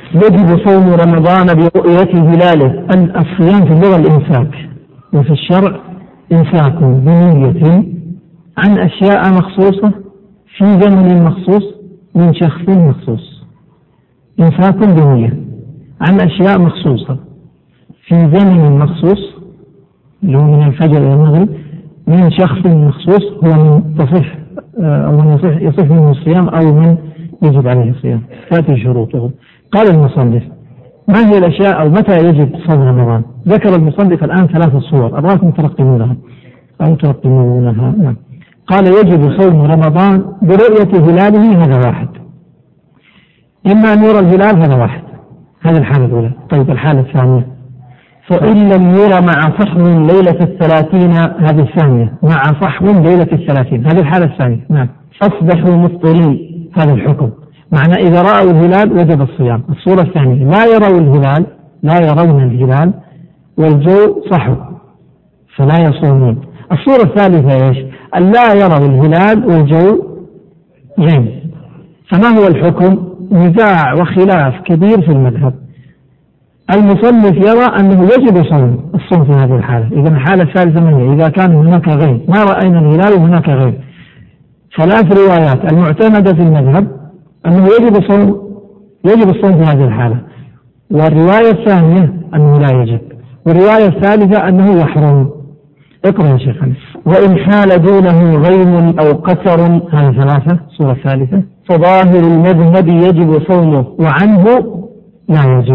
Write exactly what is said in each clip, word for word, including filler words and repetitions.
يجب صوم رمضان برؤية هلاله. الصيام في اللغة الإمساك، وفي الشرع إمساك بنية عن أشياء مخصوصة في زمن مخصوص من شخص مخصوص. إمساك بنية عن أشياء مخصوصة في زمن مخصوص اللي هو من الفجر إلى المغرب من شخص مخصوص هو من تصح أو من يصح, يصح منه الصيام أو من يجب عليه الصيام، تأتي شروطه. قال المصنف: ما هي الأشياء أو متى يجب صوم رمضان؟ ذكر المصنف الآن ثلاثة صور أراكم ترقمونها أو ترقمونها. نعم. قال: يجب صوم رمضان برؤية هلاله، هذا واحد. إما أن يرى الهلال، هذا واحد، هذه الحالة الأولى. طيب الحالة الثانية: فإن لم يرى مع صحو ليلة الثلاثين، هذه الثانية، مع صحو ليلة الثلاثين، هذه الحالة الثانية. نعم. أصبحوا مفطرين، هذا الحكم، معنى إذا رأوا الهلال وجب الصيام. الصورة الثانية: لا يروا الهلال، لا يرون الهلال والجو صحو فلا يصومون. الصورة الثالثة إيش؟ أن لا يروا الهلال والجو غيم. فما هو الحكم؟ نزاع وخلاف كبير في المذهب. المصنف يرى أنه يجب صوم الصوم في هذه الحالة. إذا الحالة الثالثة من هي؟ إذا كان هناك غيم، ما رأينا الهلال وهناك غيم. ثلاث روايات المعتمدة في المذهب أنه يجب صوم يجب الصوم في هذه الحالة، والرواية الثانية أنه لا يجب، والرواية الثالثة أنه يحرم. اقرأ يا شيخ. وإن حال دونه غيم أو قتر، هذه ثلاثة. الصورة الثالثة: فظاهر المذهب يجب صومه وعنه لا يجب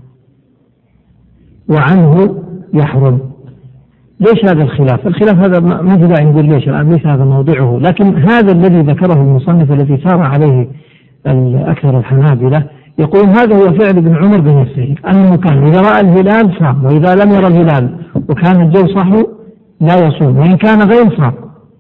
وعنه يحرم. ليش هذا الخلاف؟ الخلاف هذا ما في داعي نقول ليش الآن، ليس هذا موضوعه، لكن هذا الذي ذكره المصنف الذي سار عليه أكثر الحنابلة، يقول هذا هو فعل ابن عمر بنفسه، أنه كان إذا رأى الهلال صام، وإذا لم يرى الهلال وكان الجو صحو لا يصوم، وإن كان غير صام.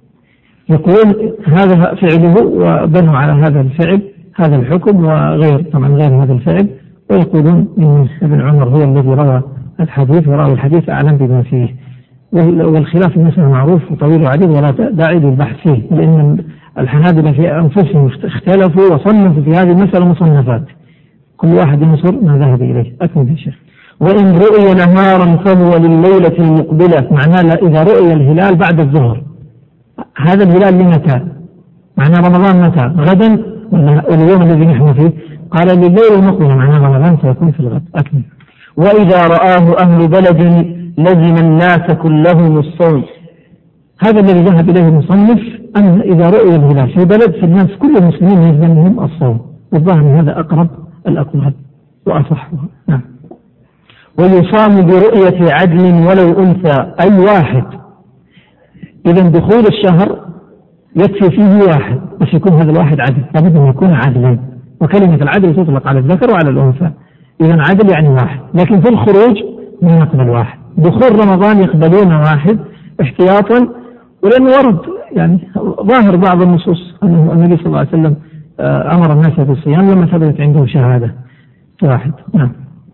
يقول هذا فعله وبنوا على هذا الفعل هذا الحكم، وغير طبعا غير هذا الفعل، ويقولون إن ابن عمر هو الذي روى الحديث ورأى الحديث أعلم بما فيه. والخلاف المسألة معروف وطويل عديد ولا داعي للبحث فيه، لأن الحنابلة في أنفسهم اختلفوا وصنفوا في هذه المسألة مصنفات، كل واحد ينصر ما ذهب إليه. أكمل يا شيخ. وإن رؤي نهارا فهو لليلة المقبلة، معناه إذا رؤي الهلال بعد الظهر، هذا الهلال لمتى؟ معناه رمضان متى؟ غدا ولا اليوم الذي نحن فيه؟ قال لليلة المقبلة، معناه رمضان سيكون في الغد. أكمل. وإذا رآه أهل بلد لزم الناس كلهم الصوم، هذا الذي ذهب إليه المصنف، أن إذا رؤي الهلال في بلد في الناس كل المسلمين يلزمهم الصوم، والظاهر هذا أقرب الأقوال وأصحها. نعم. ويصام برؤية عدل ولو أنثى، أي واحد. إذا دخول الشهر يكفي فيه واحد، بس يكون هذا الواحد عدل، لابد أن يكون عدلين، وكلمة العدل تطلق على الذكر وعلى الأنثى. إذا عدل يعني واحد، لكن في الخروج ما يقبل واحد. دخول رمضان يقبلون واحد احتياطا، ولأنه ورد يعني ظاهر بعض النصوص أنه النبي صلى الله عليه وسلم أمر الناس بالصيام لما ثبتت عنده شهادة واحد. نعم.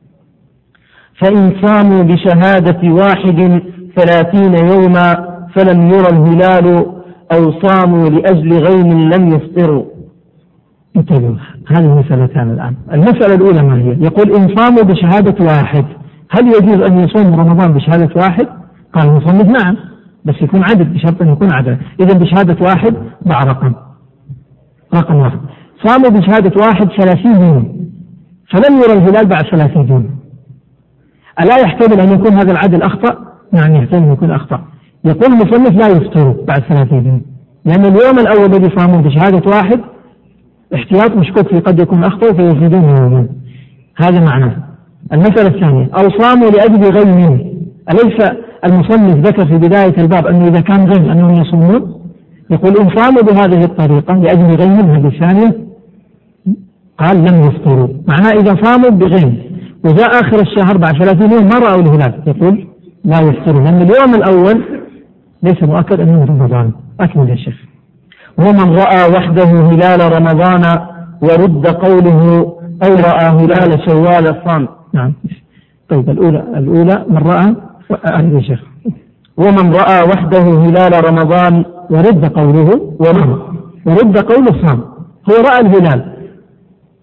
فإن صاموا بشهادة واحد ثلاثين يوما فلم يرى الهلال أو صاموا لأجل غيم لم يفطروا. انتبهوا، هذه مسألتان الآن. المسألة الأولى ما هي؟ يقول إن صاموا بشهادة واحد، هل يجوز أن يصوم رمضان بشهادة واحد؟ قال المصنف نعم، بس يكون عدد، بشرط أن يكون عدد. إذا بشهادة واحد ضع رقم رقم واحد. صاموا بشهادة واحد ثلاثين يوم فلم يرى الهلال بعد ثلاثين يوم، ألا يحتمل أن يكون هذا العدل أخطأ؟ نعم يحتمل أن يكون أخطأ. يقول المصنف لا يفطروا بعد ثلاثين يوم، لأن اليوم الأول الذي صاموا بشهادة واحد احتياط مشكوك فيه، قد يكون أخطأ فيزيدون يوما، هذا معناه. المسألة الثانية: أو صاموا لأجل غيم، أليس المصنف ذكر في بداية الباب أنه إذا كان غيم أنهم يصومون؟ يقول إن صاموا بهذه الطريقة لأجل غيم، هذه الثانية، قال لم يفطروا، معناه إذا صاموا بغيم وجاء آخر الشهر بعد ثلاثين يوم ما رأوا الهلال، يقول لا يفطروا، لأن اليوم الأول ليس مؤكد أنه رمضان. أكمل يا شيخ. ومن رأى وحده هلال رمضان ورد قوله أو رأى هلال شوال صام. نعم. طيب الأولى الأولى من رأى أهل الشيخ. ومن رأى وحده هلال رمضان ورد قوله ومن ورد قوله صام، هو رأى الهلال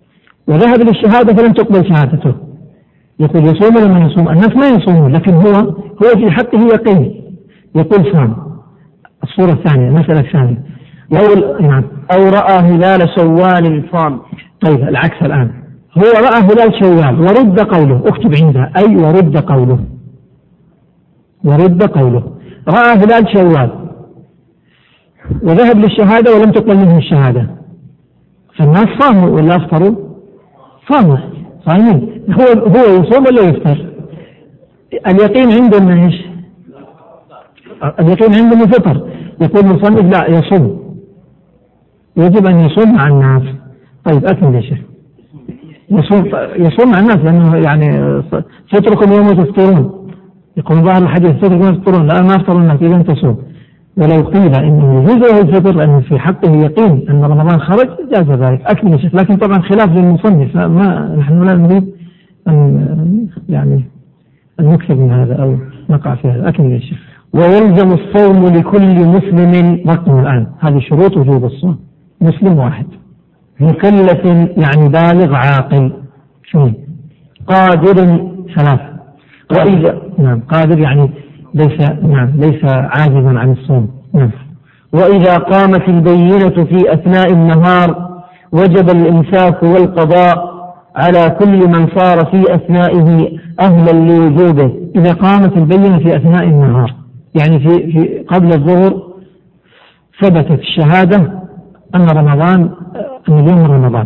وذهب للشهادة فلم تقبل شهادته، يقول يصوم ولا ما يصوم؟ الناس ما يصومون، لكن هو هو في حقه يقين، يقول صام. الصورة الثانية، المسألة الثانية، أو, نعم. أو رأى هلال شوال صام. طيب العكس الآن، هو رأى هلال شوال ورد قوله، اكتب عندها أي ورد قوله، ورد قوله، رأى هلال شوال وذهب للشهادة ولم تقبل منه الشهادة، فالناس صاموا ولا أفطروا؟ صاموا، صايمين. هو هو يصوم ولا يفطر؟ اليقين عندهم ايش؟ اليقين عندهم فطر. يقول المصنف لا، يصوم، يجب أن يصوم مع الناس. طيب أكمل يا شيخ. يصوم يصوم مع الناس، لأنه يعني فطركم يوم تفطرون، يقول ظاهر الحديث فطركم يوم تفطرون، لا ما أفطر الناس إذا تصوم. ولو قيل إنه يجوز له الفطر لأنه في حقه يقين أن رمضان خرج جاز ذلك. أكمل يا شيخ، لكن طبعا خلاف للمصنف، ما نحن لا نريد أن يعني أن نكثر من هذا أو نقع في هذا. أكمل يا شيخ. ويلزم الصوم لكل مسلم، رقم الآن هذه شروط وجوب الصوم، مسلم واحد، مكلف يعني بالغ عاقل، شو قادر ثلاث، وإذا نعم قادر يعني ليس نعم ليس عاجزا عن الصوم. نعم. وإذا قامت البينة في أثناء النهار وجب الإمساك والقضاء على كل من صار في أثنائه أهلا لوجوبه. إذا قامت البينة في أثناء النهار يعني في, في قبل الظهر ثبتت الشهادة أن رمضان أن اليوم رمضان،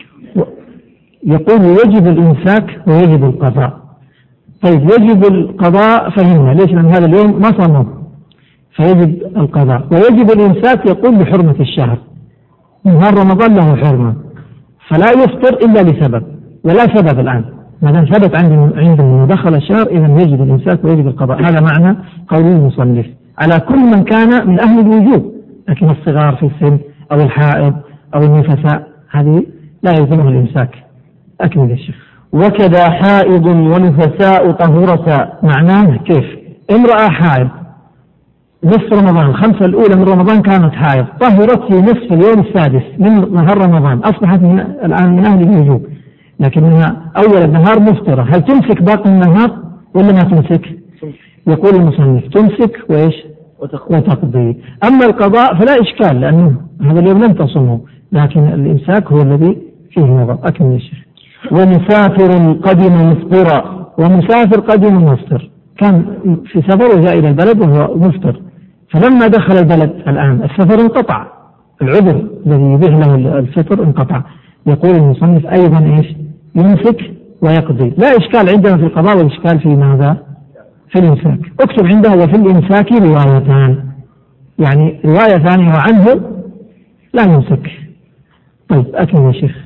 يقول يجب الإمساك ويجب القضاء. طيب يجب القضاء فهمنا ليش؟ لأن هذا اليوم ما صاموا فيجب القضاء، ويجب الإمساك يقول بحرمة الشهر، نهار رمضان له حرمة فلا يفطر إلا لسبب، ولا سبب الآن ما دام ثبت عندهم دخل الشهر إذا يجب الإمساك ويجب القضاء. هذا معنى قول المصنف على كل من كان من أهل الوجوب، لكن الصغار في السن أو الحائض أو النفساء هذه لا يلزمه الإمساك. أكمل الشيخ. وكذا حائض ونفساء طهورة. معناه كيف؟ امرأة حائض نصف رمضان، الخمسة الأولى من رمضان كانت حائض، طهرت في نصف اليوم السادس من نهار رمضان، أصبحت من الآن من أهل الوجوب، لكنها أول النهار مفطرة، هل تمسك باقي النهار ولا ما تمسك؟ يقول المصنف تمسك وإيش؟ وتقضي. أما القضاء فلا إشكال لأنه هذا اليوم لم تصمه، لكن الإمساك هو الذي فيه نظر. أكمل يا شيخ. ومسافر قدم مفطرا. ومسافر قدم مفطر، كان في سفر وجاء إلى البلد وهو مفطر، فلما دخل البلد الآن السفر انقطع، العذر الذي يبيح له الفطر انقطع، يقول المصنف أيضا إيش؟ يمسك ويقضي. لا إشكال عندنا في القضاء والإشكال في ماذا؟ في الإمساك. اكتب عندها وفي الإمساك روايتان، يعني رواية ثانية عنه لا يمسك. طيب أكمل يا شيخ.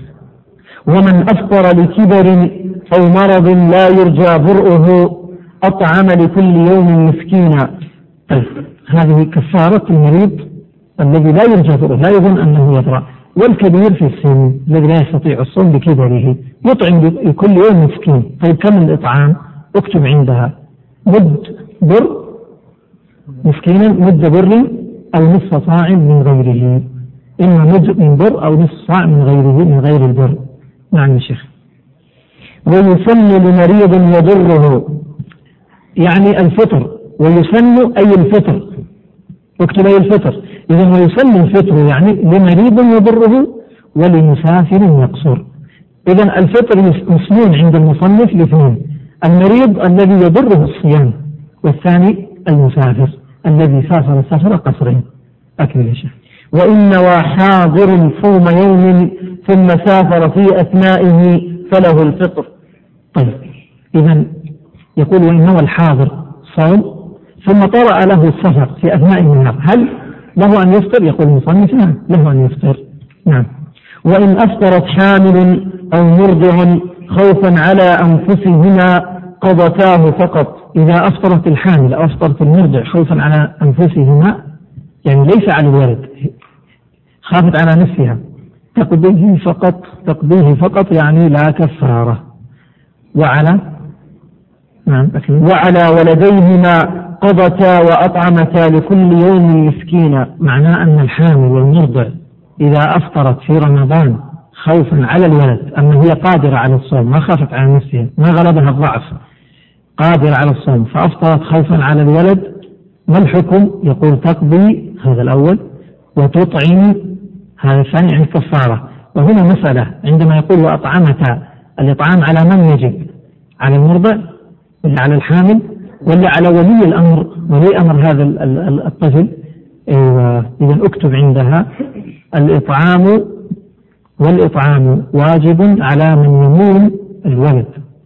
ومن أفطر لكبر أو مرض لا يرجى برؤه أطعم لكل يوم مسكينا. طيب هذه كفارة المريض الذي لا يرجى برؤه، لا يظن أنه يبرأ، والكبير في السن الذي لا يستطيع الصوم بكبره يطعم لكل يوم مسكين. طيب كم الإطعام؟ اكتب عندها مد بر مسكينا، مد بر أو نصف صاع من غيره، إما مد من بر أو نصف صاع من غيره من غير البر. نعم يا شيخ. ويسن لمريض يضره يعني الفطر، ويسن أي الفطر، اكتب أي الفطر، إذا ويسن الفطر يعني لمريض يضره ولمسافر يقصر. إذا الفطر مسنون عند المصنف لاثنين، المريض الذي يضره الصيام، والثاني المسافر الذي سافر سفر قصرين. أكمل يا شيخ. وإن نوى حاضر صوم يوم ثم سافر في أثنائه فله الفطر. طيب إذا يقول وإن نوى الحاضر صوم ثم طرأ له السفر في أثناء النهار هل له أن يفطر؟ يقول المصنف نعم له أن يفطر. نعم. وإن أفطرت حامل أو مرضع خوفا على أنفسهما قضتاه فقط. إذا أفطرت الحامل أو أفطرت المرضع خوفا على أنفسهما يعني ليس على الولد، خافت على نفسها، تقضيه فقط، تقضيه فقط يعني لا كفارة. وعلى نعم وعلى ولديهما قضتا وأطعمتا لكل يوم مسكينا. معناه أن الحامل والمرضع إذا أفطرت في رمضان خوفا على الولد، أما هي قادرة على الصوم ما خافت على نفسها ما غلبها الضعف قادرة على الصوم فأفطرت خوفا على الولد، ما الحكم؟ يقول تقضي هذا الأول وتطعم هذا الثاني عن الكفارة. وهنا مسألة عندما يقول وأطعمتا، الإطعام على من يجب؟ على المرضع ولا على الحامل ولا على ولي الأمر؟ ولي أمر هذا الطفل. أيوة. إذا اكتب عندها الإطعام، والإطعام واجب على من يمون الولد،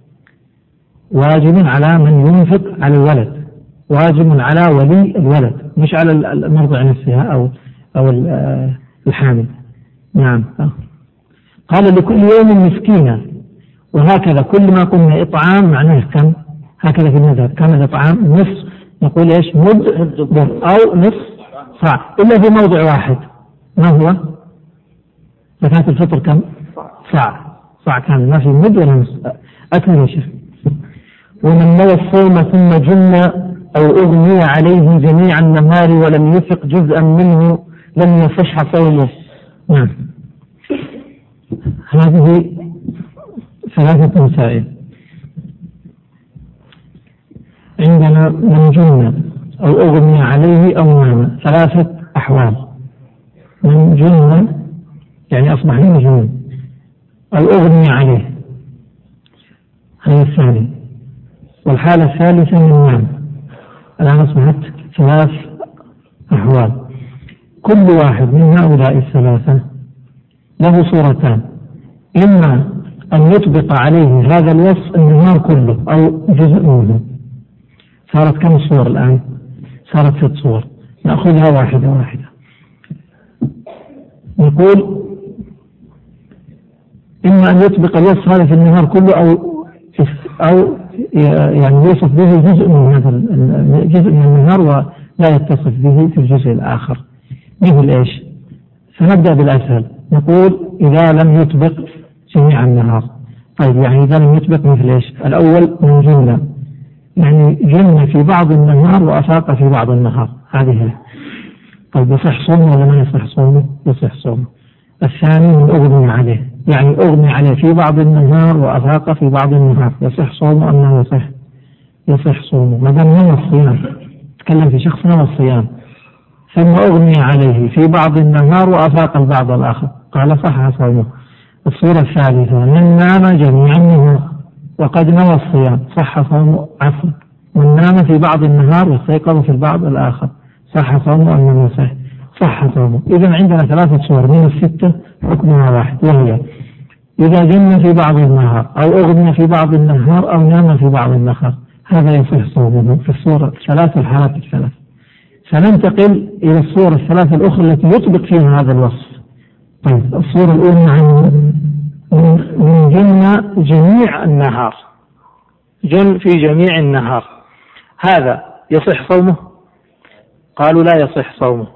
واجب على من ينفق على الولد، واجب على ولي الولد مش على المرضع نفسها أو أو الحامل. نعم. قال لكل يوم مسكينة، وهكذا كل ما قلنا إطعام معناه كم؟ هكذا في المذهب كم الإطعام؟ نصف، نقول إيش؟ مد أو نصف صاع، إلا في موضع واحد ما هو؟ زكاة الفطر كم؟ صاع، صاع كامل ما في مد ولا نصف. أكمل يا شيخ. ومن نوى الصوم ثم جن أو أغمي عليه جميع النهار ولم يفق جزءا منه لم يصح صومه. نعم. هذه ثلاثة مسائل. عندنا من جن أو أغمي عليه أو نام، ثلاثة أحوال. من جن يعني أصبح مجنون، أو أغمي عليه هذا الثاني، والحالة الثالثة من نام. الآن أصبحت ثلاث أحوال. كل واحد من هؤلاء الثلاثة له صورتان، إما أن يطبق عليه هذا الوصف النهار كله أو جزء منه. صارت كم صور الآن؟ صارت ست صور، نأخذها واحدة واحدة. نقول إما أن يطبق الوصف هذا في النهار كله أو أو يعني يوصف به جزء من هذا جزء من النهار ولا يتصف به في الجزء الآخر. مثل إيش؟ سنبدأ بالأسهل، نقول إذا لم يطبق جميع النهار. طيب يعني إذا لم يطبق مثل إيش؟ الأول من جنة، يعني جنة في بعض النهار وأفاق في بعض النهار، هذه. طيب يصح صومه ولا ما يصح صومه؟ يصح صومه. الثاني من أغمي عليه، يعني أغمي عليه في بعض النهار وأفاق في بعض النهار، يصح صومه أم لا يصح؟ يصح صومه ما دام نوى الصيام. تكلم في شخص نوى الصيام ثم أغمي عليه في بعض النهار وأفاق البعض الآخر، قال صح صومه. الصورة الثالثة من نام جميع النهار وقد نوى الصيام، صح صومه. عفوا، من نام في بعض النهار واستيقظ في البعض الآخر، صح صومه أم لم يصح؟ صح صومه. إذا عندنا ثلاثة صور من الستة حكمها واحد، وهي إذا جن في بعض النهار أو أغمي في بعض النهار أو نام في بعض النهار، هذا يصح صومه في الصورة الثلاث الحالات الثلاث. سننتقل إلى الصورة الثلاثة الأخرى التي يطبق فيها هذا الوصف. طيب الصورة الأولى عن من جن جميع النهار، جن في جميع النهار، هذا يصح صومه؟ قالوا لا يصح صومه.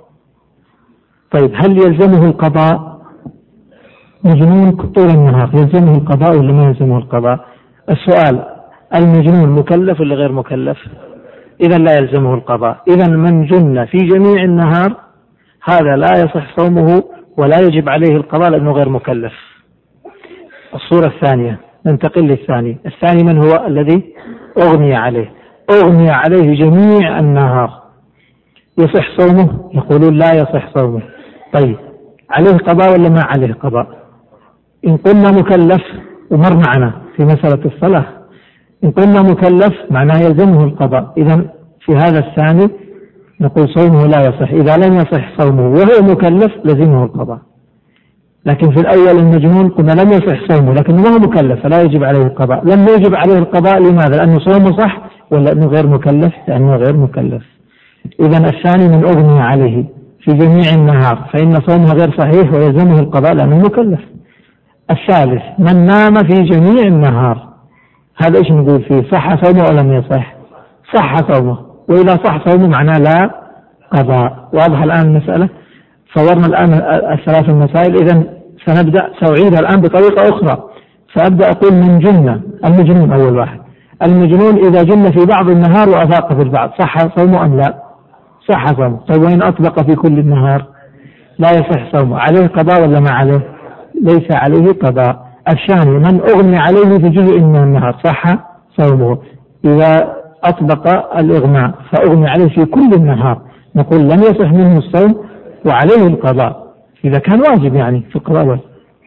طيب هل يلزمه القضاء؟ مجنون طول النهار يلزمه القضاء ولا ما يلزمه القضاء؟ السؤال، المجنون مكلف ولا غير مكلف؟ إذا لا يلزمه القضاء. إذا من جن في جميع النهار هذا لا يصح صومه ولا يجب عليه القضاء لأنه غير مكلف. الصورة الثانية، ننتقل للثاني. الثاني من هو؟ الذي أغمي عليه، أغمي عليه جميع النهار، يصح صومه؟ يقولون لا يصح صومه. طيب عليه قضاء ولا ما عليه قضاء؟ إن قلنا مكلف، ومر معنا في مسألة الصلاة، إن قلنا مكلف معناه يلزمه القضاء. إذن في هذا الثاني نقول صومه لا يصح. إذا لم يصح صومه وهو مكلف لزمه القضاء. لكن في الأول المجنون قلنا لم يصح صومه لكنه ما هو مكلف فلا يجب عليه القضاء. لم يجب عليه القضاء لماذا؟ لأنه صومه صح ولا أنه غير مكلف؟ لأنه غير مكلف. إذن الثاني من أغمي عليه في جميع النهار فإن صومه غير صحيح ويلزمه القضاء لأنه مكلف. الثالث من نام في جميع النهار، هذا إيش نقول فيه؟ صح صومه أو لم يصح؟ صح صومه. وإذا صح صومه معناه لا قضاء. واضح الآن المسألة؟ صورنا الآن الثلاث المسائل. إذن سنبدأ سأعيدها الآن بطريقة أخرى. سأبدأ أقول من جن، المجنون أول واحد. المجنون إذا جن في بعض النهار وأفاق في البعض، صح صومه أم لا؟ صح صومه. طيب وإن أطبق في كل النهار؟ لا يصح صومه. عليه قضاء ولا ما عليه؟ ليس عليه قضاء. الثاني من أغمي عليه في جزء من النهار صح صومه. إذا أطبق الإغماء فأغمي عليه في كل النهار نقول لم يصح منه الصوم وعليه القضاء إذا كان واجب يعني في القضاء.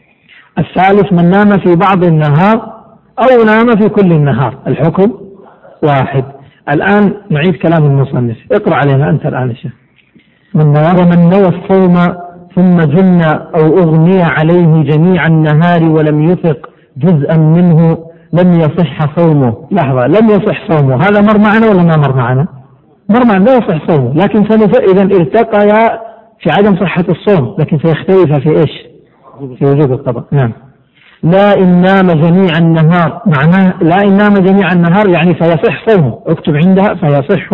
الثالث من نام في بعض النهار أو نام في كل النهار الحكم واحد. الآن نعيد كلام المصنف. اقرأ علينا أنت الآن الشيخ. من نوى من نوى الصوم ثم جن أو أغمي عليه جميع النهار ولم يفق جزءا منه لم يصح صومه. لحظة، لم يصح صومه هذا مر معنا ولا ما مر معنا؟ مر معنا لا يصح صومه، لكن إذا التقيا في عدم صحة الصوم، لكن سيختلف في إيش؟ في وجوب القضاء. نعم. لا إن نام جميع النهار معناه لا إن نام جميع النهار يعني فيصح صومه. اكتب عندها فيصح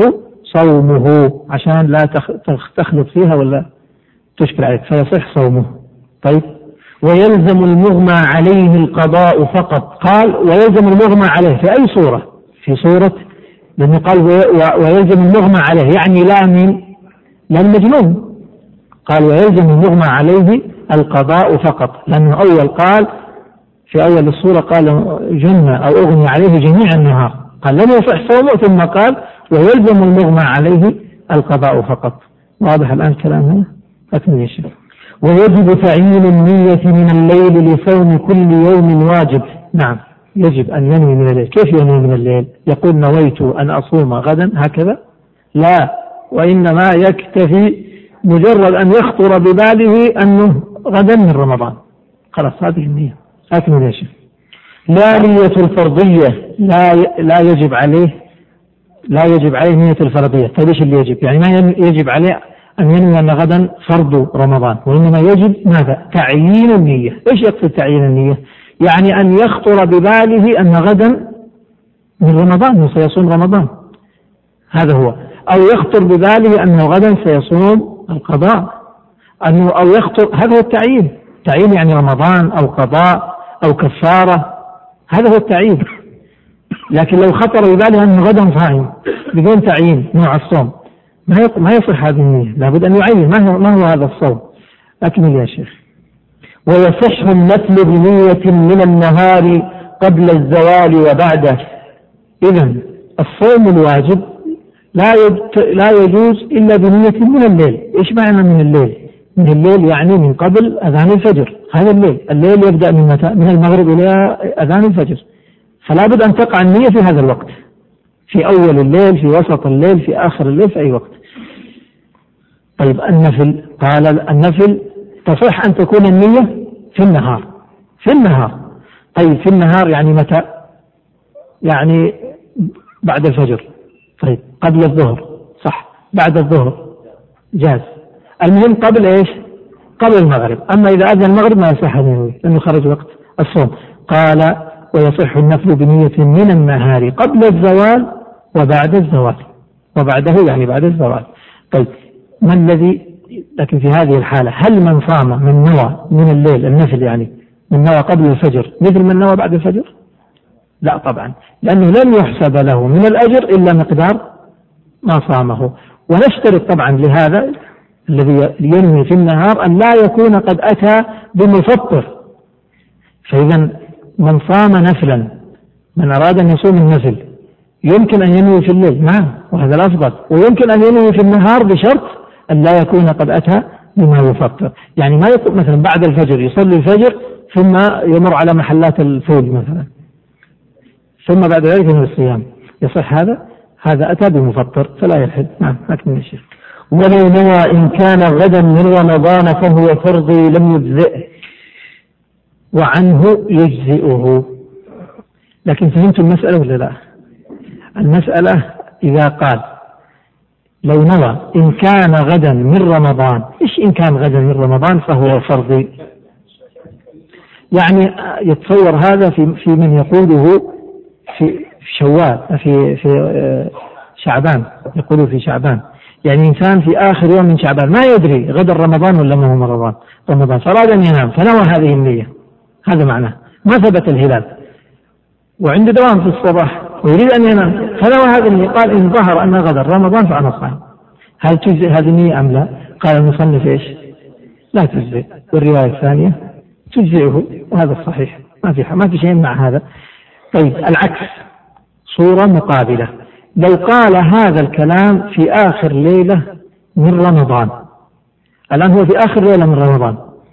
صومه عشان لا تخلط فيها ولا تشكل عليك. فيصح صومه. طيب ويلزم المغمى عليه القضاء فقط. قال ويلزم المغمى عليه في أي صورة؟ في صورة لأنه قال ويلزم المغمى عليه يعني لا من لا المجنون. قال ويلزم المغمى عليه القضاء فقط لأنه أول قال في أول الصورة قال جن أو أغني عليه جميع النهار قال لم يصح صومه ثم قال ويلزم المغمى عليه القضاء فقط. واضح الآن كلام هنا؟ أكمل يا شيخ. ويجب تعيين النية من الليل لصوم كل يوم واجب. نعم يجب أن ينوي من الليل. كيف ينوي من الليل؟ يقول نويت أن أصوم غدا هكذا؟ لا، وإنما يكتفي مجرد أن يخطر بباله أنه غدا من رمضان خلاص هذه النية. أكمل يا شيخ. لا نية الفرضية لا لا يجب عليه لا يجب عليه نية الفرضية. طيب ايش اللي يجب؟ يعني ما يجب عليه أن ينوي أن غدا فرض رمضان، وإنما يجب ماذا؟ تعيين النية. ايش يقصد تعيين النية؟ يعني أن يخطر بباله أن غدا من رمضان سيصوم رمضان هذا هو، أو يخطر بباله أنه غدا سيصوم القضاء أنه أو يخطر هذا هو التعيين. تعيين يعني رمضان أو قضاء أو كفارة هذا هو التعيين. لكن لو خطر بباله أنه غدا صائم بدون تعيين نوع الصوم ما يصح هذه النية، لابد أن يعين ما هو, ما هو هذا الصوم. أكمل يا شيخ. ويصح النفل بنية من النهار قبل الزوال وبعده. إذن الصوم الواجب لا لا يجوز إلا بنية من الليل. إيش معنى من الليل؟ من الليل يعني من قبل أذان الفجر. هذا الليل الليل يبدأ من متى؟ من المغرب إلى أذان الفجر، فلا بد أن تقع النية في هذا الوقت، في أول الليل في وسط الليل في آخر الليل في أي وقت. طيب النفل قال النفل تصح أن تكون النية في النهار في النهار طيب في النهار يعني متى؟ يعني بعد الفجر. طيب قبل الظهر صح، بعد الظهر جاز، المهم قبل إيش؟ قبل المغرب. أما إذا أذن المغرب ما يصح أن لأنه خرج وقت الصوم. قال ويصح النفل بنية من النهار قبل الزوال وبعد الزوال وبعده يعني بعد الزوال. طيب ما الذي لكن في هذه الحالة هل من صام من نوى من الليل النفل يعني من نوى قبل الفجر مثل من نوى بعد الفجر؟ لا طبعا، لأنه لن يحسب له من الأجر إلا مقدار ما صامه. ونشترط طبعا لهذا الذي ينوي في النهار أن لا يكون قد أتى بمفطر. فإذا من صام نفلا من أراد أن يصوم النفل يمكن أن ينوي في الليل نعم وهذا الأفضل، ويمكن أن ينوي في النهار بشرط أن لا يكون قد أتى بما يفطر. يعني ما يكون مثلا بعد الفجر يصلي الفجر ثم يمر على محلات الفول مثلا ثم بعد ذلك ينوي الصيام يصح هذا؟ هذا أتى بمفطر فلا يلحد. نعم أكمل الشيخ. ولو نوى إن كان غدا من رمضان فهو فرضي لم يجزئه وعنه يجزئه. لكن فهمت المسألة ولا لا؟ المسألة إذا قال لو نوى إن كان غدا من رمضان، إيش إن كان غدا من رمضان فهو فرضي؟ يعني يتصور هذا في في من يقوله في شوال في في شعبان، يقوله في شعبان، يعني إنسان في آخر يوم من شعبان ما يدري غدا رمضان ولا ما هو رمضان رمضان فأراد أن ينام فنوى هذه النية، هذا معناه ما ثبت الهلال وعنده دوام في الصباح ويريد أن ينام فنوى هذه النية، قال إن ظهر أن غدا رمضان فأنا صائم. هل تجزئ هذه النية أم لا؟ قال المصنف إيش؟ لا تجزئ. والرواية الثانية تجزئه، وهذا الصحيح، ما في ما في شيء مع هذا. طيب العكس، صورة مقابلة، لو قال هذا الكلام في آخر ليلة من رمضان، الآن هو في آخر ليلة من رمضان،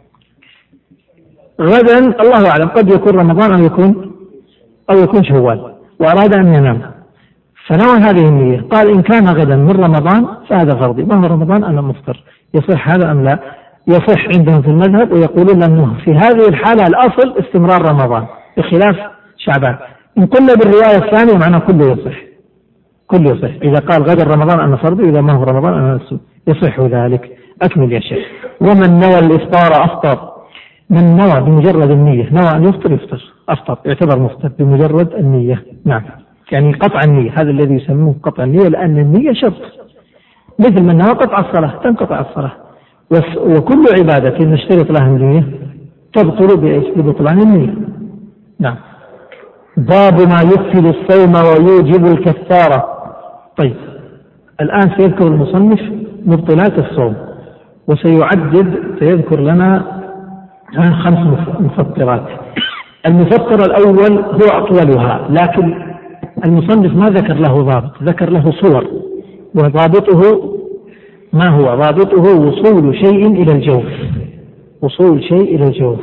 غدا الله أعلم قد يكون رمضان أو يكون أو يكون شوال، وأراد أن ينام فنوى هذه النية، قال إن كان غدا من رمضان فهذا فرضي، ما هو رمضان أنا مفطر، يصح هذا أم لا؟ يصح عندهم في المذهب، ويقولون أنه في هذه الحالة الأصل استمرار رمضان بخلاف شعبان. إن قلنا بالرواية الثانية معناه كله يصح، كله يصح، إذا قال غدا رمضان أنا فرضي، إذا ما هو رمضان أنا أسود، يصح ذلك. أكمل يا شيخ. ومن نوى الإفطار أفطر، من نوى بمجرد النية، نوى أن يفطر يفطر أفطر، يعتبر مفطر بمجرد النية. نعم، يعني قطع النية، هذا الذي يسموه قطع النية، لأن النية شرط، مثل من نوى قطع الصلاة تنقطع الصلاة، وكل عبادة نشترط لها النية تبطل بإيش؟ ببطلان النية. نعم. باب ما يفسد الصوم ويوجب الكفارة. طيب الآن سيذكر المصنف مبطلات الصوم، وسيعدد سيذكر لنا خمس مفطرات. المفطر الأول هو أطولها، لكن المصنف ما ذكر له ضابط، ذكر له صور، وضابطه ما هو؟ ضابطه وصول شيء إلى الجوف، وصول شيء إلى الجوف،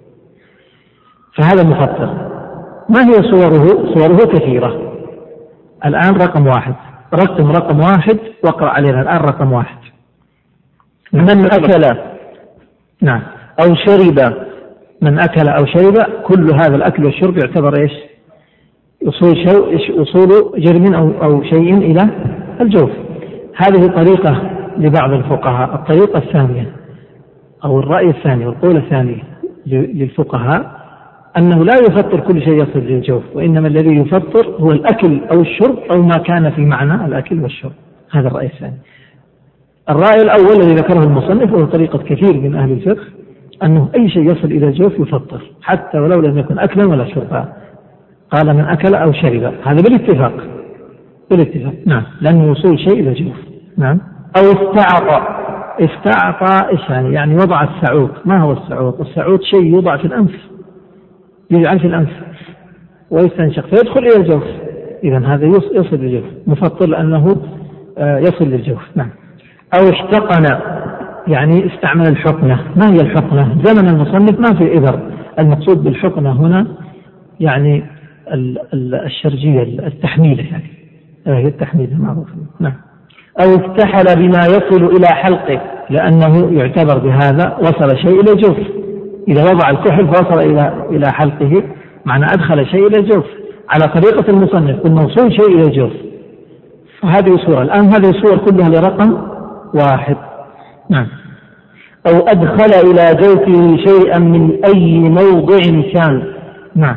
فهذا مفطر. ما هي صوره؟ صوره كثيرة. الآن رقم واحد، رقم رقم واحد واقرأ علينا الآن رقم واحد. من أكل نعم أو شرب، من أكل أو شرب، كل هذا الأكل والشرب يعتبر إيش؟ وصول شيء، وصول جرم أو أو شيء إلى الجوف. هذه طريقة لبعض الفقهاء. الطريقة الثانية أو الرأي الثاني والقول الثاني للفقهاء أنه لا يفطر كل شيء يصل للجوف، وإنما الذي يفطر هو الأكل أو الشرب أو ما كان في معنى الأكل والشرب. هذا الرأي الثاني. الرأي الأول الذي ذكره المصنف وهو طريقة كثير من أهل الفقه أنه أي شيء يصل إلى الجوف يفطر، حتى ولو لم يكن أكلا ولا شربا. قال من أكل أو شرب، هذا بالاتفاق، بالاتفاق. نعم، لأنه وصول شيء إلى الجوف. نعم. أو استعطى. استعطى إيش يعني؟ يعني وضع السعوط. ما هو السعوط؟ السعوط شيء يوضع في الأنف، يجعل في الأنف ويستنشق فيدخل إلى الجوف، إذن هذا يصل للجوف، مفطر لأنه يصل للجوف. نعم. أو اشتقن، يعني استعمل الحقنة. ما هي الحقنة؟ زمن المصنف ما في إبر، المقصود بالحقنة هنا يعني الشرجية، التحميلة، يعني هي التحميلة معروفة. نعم. أو استحل بما يصل إلى حلقه، لأنه يعتبر بهذا وصل شيء إلى الجوف. إذا وضع الكحل فوصل إلى إلى حلقه، معنى أدخل شيء إلى الجوف على طريقة المصنف، قلنا وصول شيء إلى الجوف. فهذه صورة. الآن هذه الصور كلها لرقم واحد. نعم. أو أدخل إلى جوفه شيئا من أي موضع كان. نعم.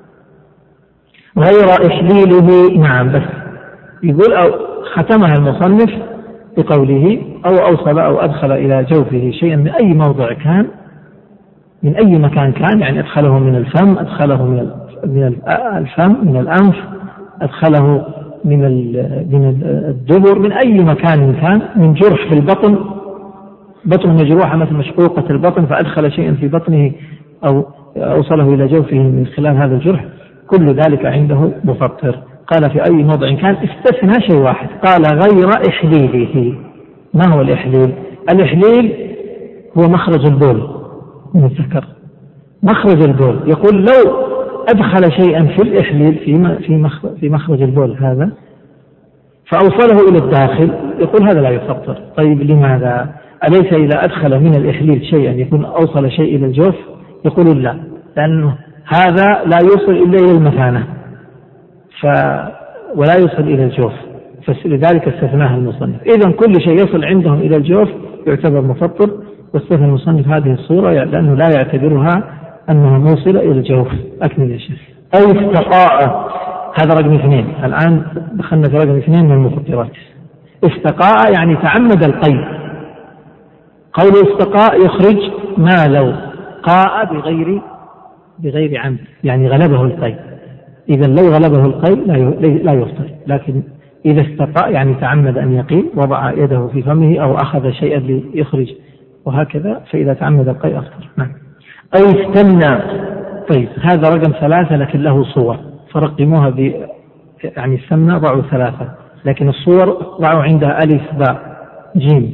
غير إحليله. نعم، بس يقول أو ختمها المصنف بقوله أو أوصل أو أدخل إلى جوفه شيئا من أي موضع كان، من أي مكان كان، يعني أدخله من الفم، أدخله من من الفم، من الأنف، أدخله من من الدبر، من أي مكان كان، من جرح في البطن، بطن مجروحة مثل مشقوقة البطن فأدخل شيئا في بطنه أو أوصله إلى جوفه من خلال هذا الجرح، كل ذلك عنده مفطر. قال في أي موضع كان، استثنى شيء واحد، قال غير إحليله. ما هو الإحليل؟ الإحليل هو مخرج البول من الذكر، مخرج البول. يقول لو أدخل شيئا في الإحليل في في مخرج البول هذا فأوصله إلى الداخل، يقول هذا لا يفطر. طيب لماذا؟ أليس إذا أدخل من الإحليل شيئا يكون أوصل شيء إلى الجوف؟ يقول لا، لأنه هذا لا يوصل إلا إلى المثانة ف ولا يوصل إلى الجوف، فلذلك استثناها المصنف. إذن كل شيء يصل عندهم إلى الجوف يعتبر مفطر، واستثنى المصنف هذه الصورة لأنه لا يعتبرها أنها موصلة إلى الجوف. أكمل يا شيخ. أو استقاء، هذا رقم اثنين. الآن دخلنا في رقم اثنين من المفطرات. استقاء يعني تعمد القيء. قول استقاء يخرج ما لو قاء بغير بغير عمد، يعني غلبه القيء. إذا لو غلبه القيء لا يفطر، لكن إذا استقاء يعني تعمد أن يقي، وضع يده في فمه أو أخذ شيئا ليخرج وهكذا، فإذا تعمد القيء أفطر. نعم. أو استمنى. طيب هذا رقم ثلاثة لكن له صور فرقموها ب يعني السمنة ضعوا ثلاثة لكن الصور ضعوا عندها ألف باء جيم.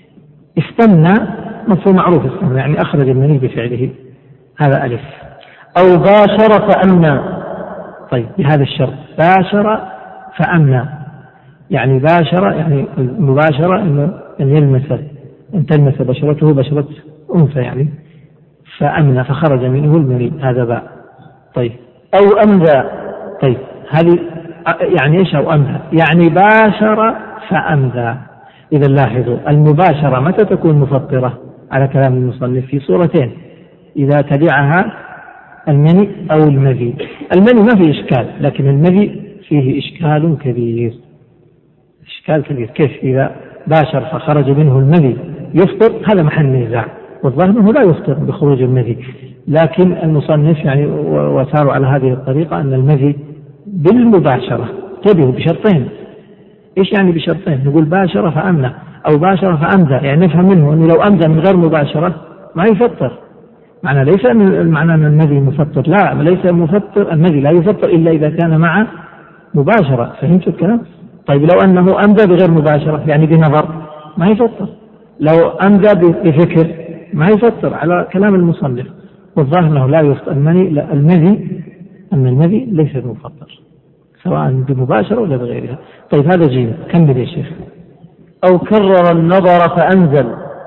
استمنى مفهوم معروف استمنى يعني أخرج المني بفعله هذا ألف. أو باشر فأمنى. طيب بهذا الشرط باشر فأمنى يعني باشر يعني المباشرة إنه أن يلمس أن تلمس بشرته بشرة أنثى يعني فأمنى فخرج منه المني هذا باء. طيب أو أمذى. طيب هذه يعني إيش أو أمذى يعني باشر فأمذى. إذا لاحظوا المباشرة متى تكون مفطرة على كلام المصنف في صورتين إذا تبعها المني أو المذي. المني ما فيه إشكال لكن المذي فيه إشكال كبير إشكال كبير. كيف إذا باشر فخرج منه المذي يفطر؟ هذا محل نزاع والظاهر أنه لا يفطر بخروج المذي لكن المصنف يعني وساروا على هذه الطريقة أن المذي بالمباشرة تبعه بشرطين. إيش يعني بشرطين؟ نقول باشر فأمنى أو باشر فأمذى يعني نفهم منه أنه لو أمذى من غير مباشرة ما يفطر. معنى ليس المعنى أن المذي مفطر لا ليس مفطر المذي لا يفطر إلا إذا كان مع مباشرة. فهمت الكلام؟ طيب لو أنه أمذى بغير مباشرة يعني بنظر ما يفطر. لو أمذى بفكر ما يفطر على كلام المصنف والظاهر أنه لا يفطر المني لا المذي أن المذي ليس مفطر سواء بمباشرة ولا بغيرها. طيب هذا جيد كمل يا شيخ. أو كرر النظر فأنزل.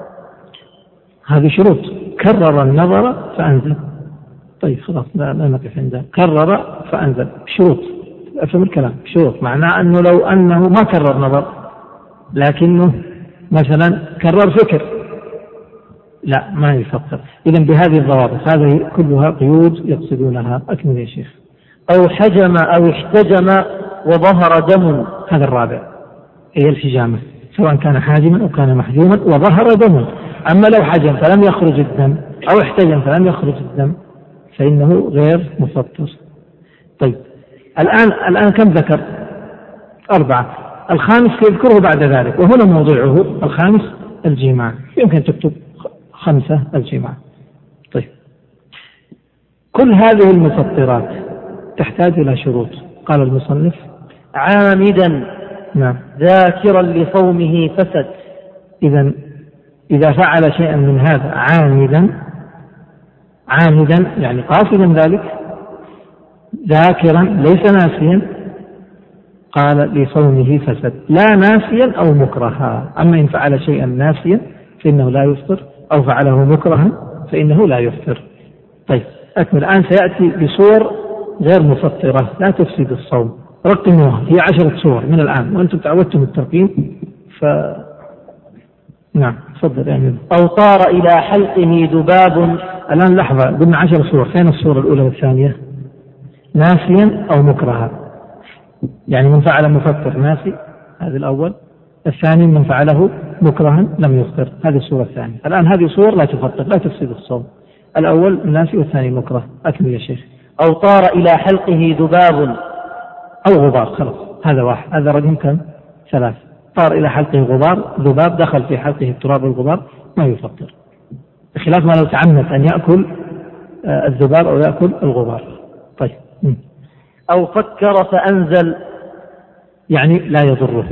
هذه شروط كرر النظر فأنزل. طيب خلاص لا نقف عندها. كرر فأنزل شروط أفهم الكلام شروط معناه أنه لو أنه ما كرر نظر لكنه مثلا كرر فكر لا ما يفطر. إذن بهذه الضوابط هذه كلها قيود يقصدونها. أكمل يا شيخ. أو حجم أو احتجم وظهر دم. هذا الرابع هي الحجامة سواء كان حاجما أو كان محجوما وظهر دم. أما لو حجم فلم يخرج الدم أو احتجم فلم يخرج الدم فإنه غير مفطر. طيب الآن الآن كم ذكر؟ أربعة. الخامس يذكره بعد ذلك وهنا موضوعه الخامس الجماع. يمكن تكتب خمسة الجماع. طيب كل هذه المفطرات تحتاج إلى شروط. قال المصنف عامدا نعم ذاكرا لصومه فسد. إذن إذا فعل شيئا من هذا عامدا عامدا يعني قاصدا ذلك ذاكرا ليس ناسيا قال لصومه فسد لا ناسيا أو مكرها. أما إن فعل شيئا ناسيا فإنه لا يفطر أو فعله مكرها فإنه لا يفطر. طيب أكمل. الآن سيأتي بصور غير مفطرة لا تفسد الصوم. رقموها هي عشرة صور من الآن وأنتم تعودتم الترقيم ف نعم تفضل يعني. أو طار إلى حلقه ذباب. الآن لحظة قلنا عشر صور فين الصورة الأولى والثانية؟ ناسيا أو مكرها يعني من فعل مفطر ناسي هذا الأول. الثاني من فعله مكرها لم يفطر هذه الصورة الثانية. الآن هذه صور لا تفطر لا تفسد الصوم. الأول ناسي والثاني مكره. أكمل يا شيخ. أو طار إلى حلقه ذباب أو غبار خلاص هذا واحد هذا رقم كم؟ ثلاث. طار إلى حلقه غبار ذباب دخل في حلقه التراب والغبار ما يفطر بخلاف ما لو تعمد أن يأكل الذباب أو يأكل الغبار. طيب م. أو فكر فأنزل يعني لا يضره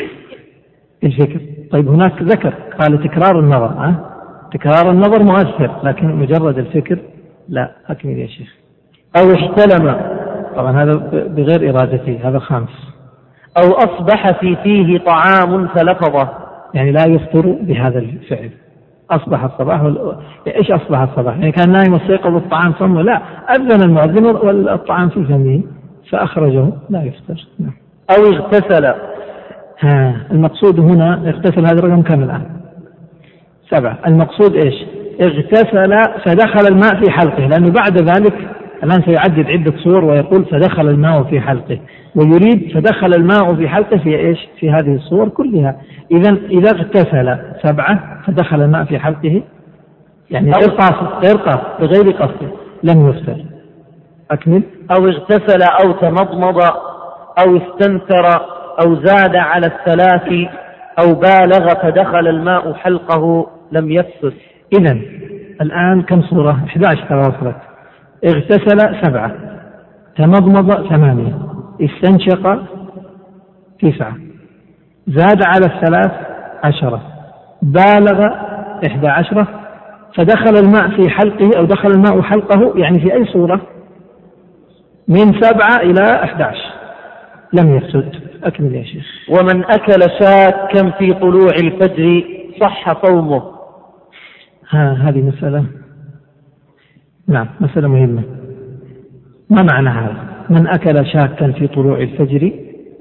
الفكر. طيب هناك ذكر قال تكرار النظر أه؟ تكرار النظر مؤثر لكن مجرد الفكر لا. أكمل يا شيخ. أو احتلم طبعا هذا بغير إرادته هذا خامس. أو أصبح في فيه طعام فلفظه يعني لا يفطر بهذا الفعل. أصبح الصباح وال... إيش أصبح الصباح يعني كان نايم واستيقظ الطعام صمه لا أذن المؤذن والطعام في فمه فأخرجه لا يفطر. نعم. أو اغتسل. ها المقصود هنا اغتسل هذا الرقم كم الآن؟ سبعة. المقصود إيش؟ اغتسل فدخل الماء في حلقه لأنه بعد ذلك الآن سيعدد عدة صور ويقول فدخل الماء في حلقه ويريد فدخل الماء في حلقه في إيش؟ في هذه الصور كلها. إذن إذا اغتسل سبعة فدخل الماء في حلقه يعني غير قاصد غير قاصد بغير قصد لم يفطر. أكمل. أو اغتسل أو تمضمض أو استنثر أو زاد على الثلاث أو بالغ فدخل الماء حلقه لم يفسد. إذن الآن كم صورة؟ إحدى عشر وصلت. اغتسل سبعة، تمضمض ثمانية، استنشق تسعة، زاد على الثلاث عشرة، بالغ إحدى عشرة، فدخل الماء في حلقه أو دخل الماء حلقه، يعني في أي صورة؟ من سبعة إلى أحد عشر لم يفسد. أكمل يا شيخ. ومن أكل شاكا في طلوع الفجر صح صومه. ها هذه مسألة، نعم مسألة مهمة. ما معنى هذا؟ من أكل شاكا في طلوع الفجر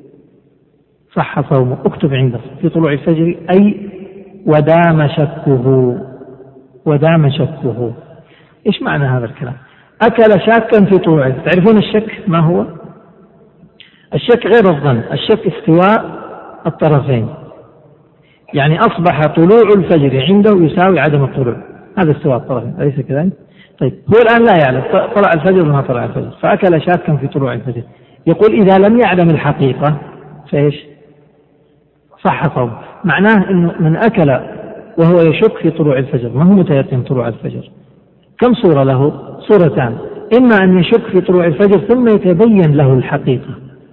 صح صومه. اكتب عندك في طلوع الفجر أي ودام شكه، ودام شكه. إيش معنى هذا الكلام؟ أكل شاكا في طلوع، تعرفون الشك ما هو؟ الشك غير الظن، الشك استواء الطرفين، يعني أصبح طلوع الفجر عنده يساوي عدم الطلوع، هذا استواء الطرفين، أليس كذلك؟ طيب هو الآن لا يعلم طلع الفجر وما طلع الفجر، فأكل شاكا في طلوع الفجر. يقول إذا لم يعلم الحقيقة فإيش؟ صح صوم. معناه إنه من أكل وهو يشك في طلوع الفجر، ما هو متيقن طلوع الفجر، كم صورة له؟ صورتان، إما أن يشك في طلوع الفجر ثم يتبين له الحقيقة،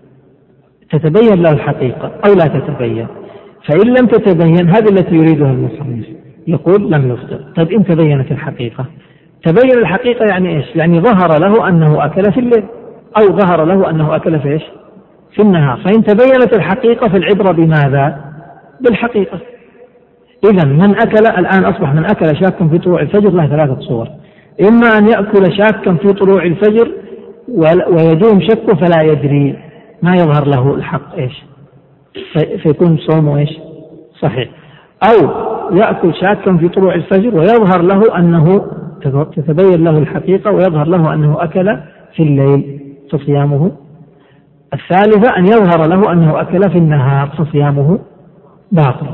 تتبين له الحقيقة أو لا تتبين، فإن لم تتبين هذه التي يريدها المصنف، يقول لم يفطر. طيب إن تبينت الحقيقة، تبين الحقيقة يعني إيش؟ يعني ظهر له أنه أكل في الليل أو ظهر له أنه أكل في إيش؟ في النهار. فإن تبينت الحقيقة فالعبرة بماذا؟ بالحقيقة. إذن من أكل الآن أصبح من أكل شاكا في طلوع الفجر له ثلاثة صور، إما أن يأكل شاكا في طلوع الفجر ويدوم شكه فلا يدري، ما يظهر له الحق إيش، فيكون صومه إيش؟ صحيح، أو يأكل شاكا في طلوع الفجر ويظهر له أنه تتبين له الحقيقة ويظهر له أنه أكل في الليل فصيامه. الثالثة أن يظهر له أنه أكل في النهار فصيامه باطل.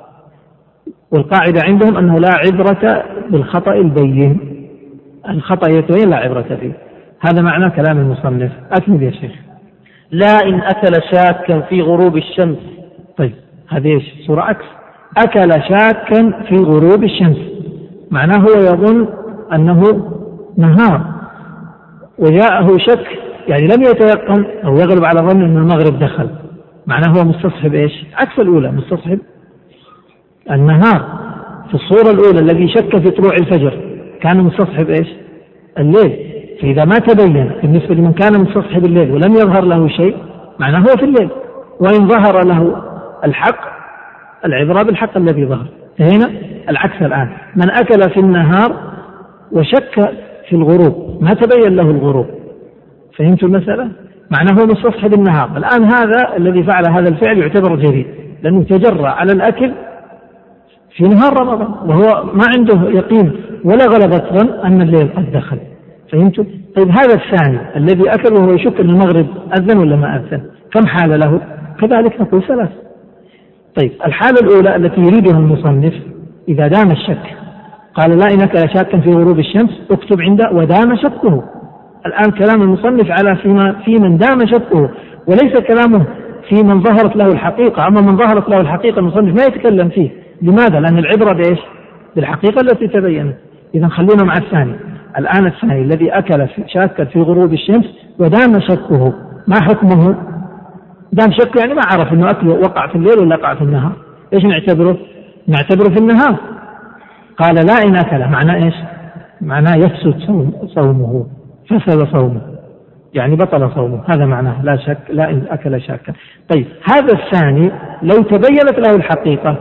والقاعدة عندهم أنه لا عبرة بالخطأ البين، الخطأ يتبين لا عبرة فيه. هذا معنى كلام المصنف. أكمل يا شيخ. لا إن أكل شاكا في غروب الشمس. طيب هذه إيش؟ صورة عكس. أكل شاكا في غروب الشمس معناه هو يظن أنه نهار وجاءه شك، يعني لم يتيقن أو يغلب على ظن أن المغرب دخل، معناه هو مستصحب إيش؟ عكس الأولى، مستصحب النهار. في الصورة الأولى الذي شك في طلوع الفجر كان مستصحب إيش؟ الليل. فإذا ما تبين بالنسبة لمن كان مستصحب الليل ولم يظهر له شيء معناه هو في الليل، وإن ظهر له الحق العبرة بالحق الذي ظهر. هنا العكس الآن، من أكل في النهار وشك في الغروب ما تبين له الغروب، فهمتوا المسألة؟ معناه هو مستصحب النهار. الآن هذا الذي فعل هذا الفعل يعتبر جديد لأنه تجرأ على الأكل في نهار رمضان وهو ما عنده يقين ولا غلبة ظن أن الليل قد دخل، فهمتوا؟ طيب هذا الثاني الذي أكل وهو يشك أن المغرب أذن ولا ما أذن، كم حال له؟ كذلك نقول ثلاث. طيب الحالة الأولى التي يريدها المصنف إذا دام الشك، قال لا إن أكل شاكا في غروب الشمس، اكتب عنده ودام شكه. الآن كلام المصنف على فيما في من دام شكه، وليس كلامه في من ظهرت له الحقيقة. أما من ظهرت له الحقيقة المصنف ما يتكلم فيه. لماذا؟ لأن العبرة بإيش؟ بالحقيقة التي تبينت. إذا خلونا مع الثاني. الآن الثاني الذي أكل شاكا في غروب الشمس ودام شكه، ما حكمه؟ دام شك يعني ما عرف أنه أكله وقع في الليل ولا وقع في النهار، إيش نعتبره؟ نعتبره في النهار. قال لا إن أكل، معناه إيش؟ معناه يفسد صومه، فسد صومه، يعني بطل صومه، هذا معناه لا شك، لا إن أكل شاكا. طيب هذا الثاني لو تبينت له الحقيقة،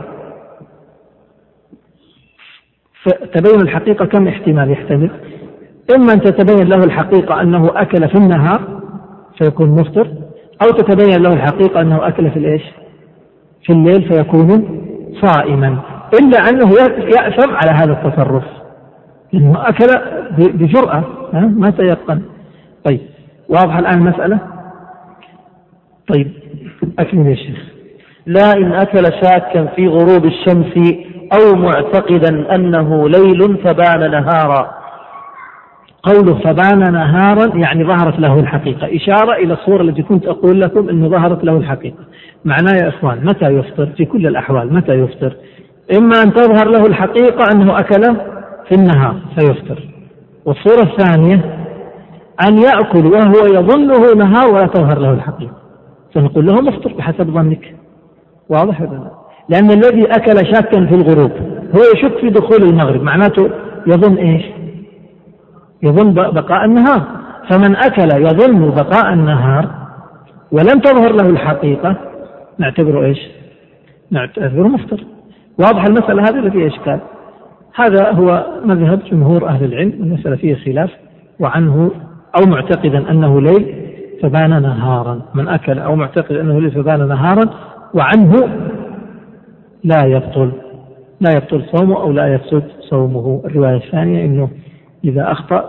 فتبين الحقيقة كم احتمال يحتمل؟ إما أن تتبين له الحقيقة أنه أكل في النهار فيكون مفطر، أو تتبين له الحقيقة أنه أكل في الإيش؟ في الليل فيكون صائما، إلا أنه يأثم على هذا التصرف لأنه أكل بجرأة ما تيقن. طيب واضح الآن المسألة؟ طيب أكمل يا شيخ. لا إن أكل شاكا في غروب الشمس أو معتقدا أنه ليل فبان نهارا. قوله فبان نهارا يعني ظهرت له الحقيقة، إشارة إلى الصورة التي كنت أقول لكم أنه ظهرت له الحقيقة. معناه يا إخوان متى يفطر؟ في كل الأحوال متى يفطر؟ إما أن تظهر له الحقيقة أنه أكل في النهار فيفطر. والصورة الثانية أن يأكل وهو يظنه نهار ولا تظهر له الحقيقة، فنقول له مفطر بحسب ظنك. واضح ولا لا؟ لأن الذي أكل شاكا في الغروب هو يشك في دخول المغرب، معناته يظن إيش؟ يظن بقاء النهار. فمن أكل يظن بقاء النهار ولم تظهر له الحقيقة نعتبره إيش؟ نعتبره مفطر. واضح المسألة هذه اللي فيها إشكال. هذا هو مذهب جمهور أهل العلم، المسألة فيه خلاف، وعنه أو معتقدا أنه ليل فبان نهارا، من أكل أو معتقد أنه ليل فبان نهارا، وعنه لا يبطل لا يبطل صومه أو لا يفسد صومه. الرواية الثانية أنه إذا أخطأ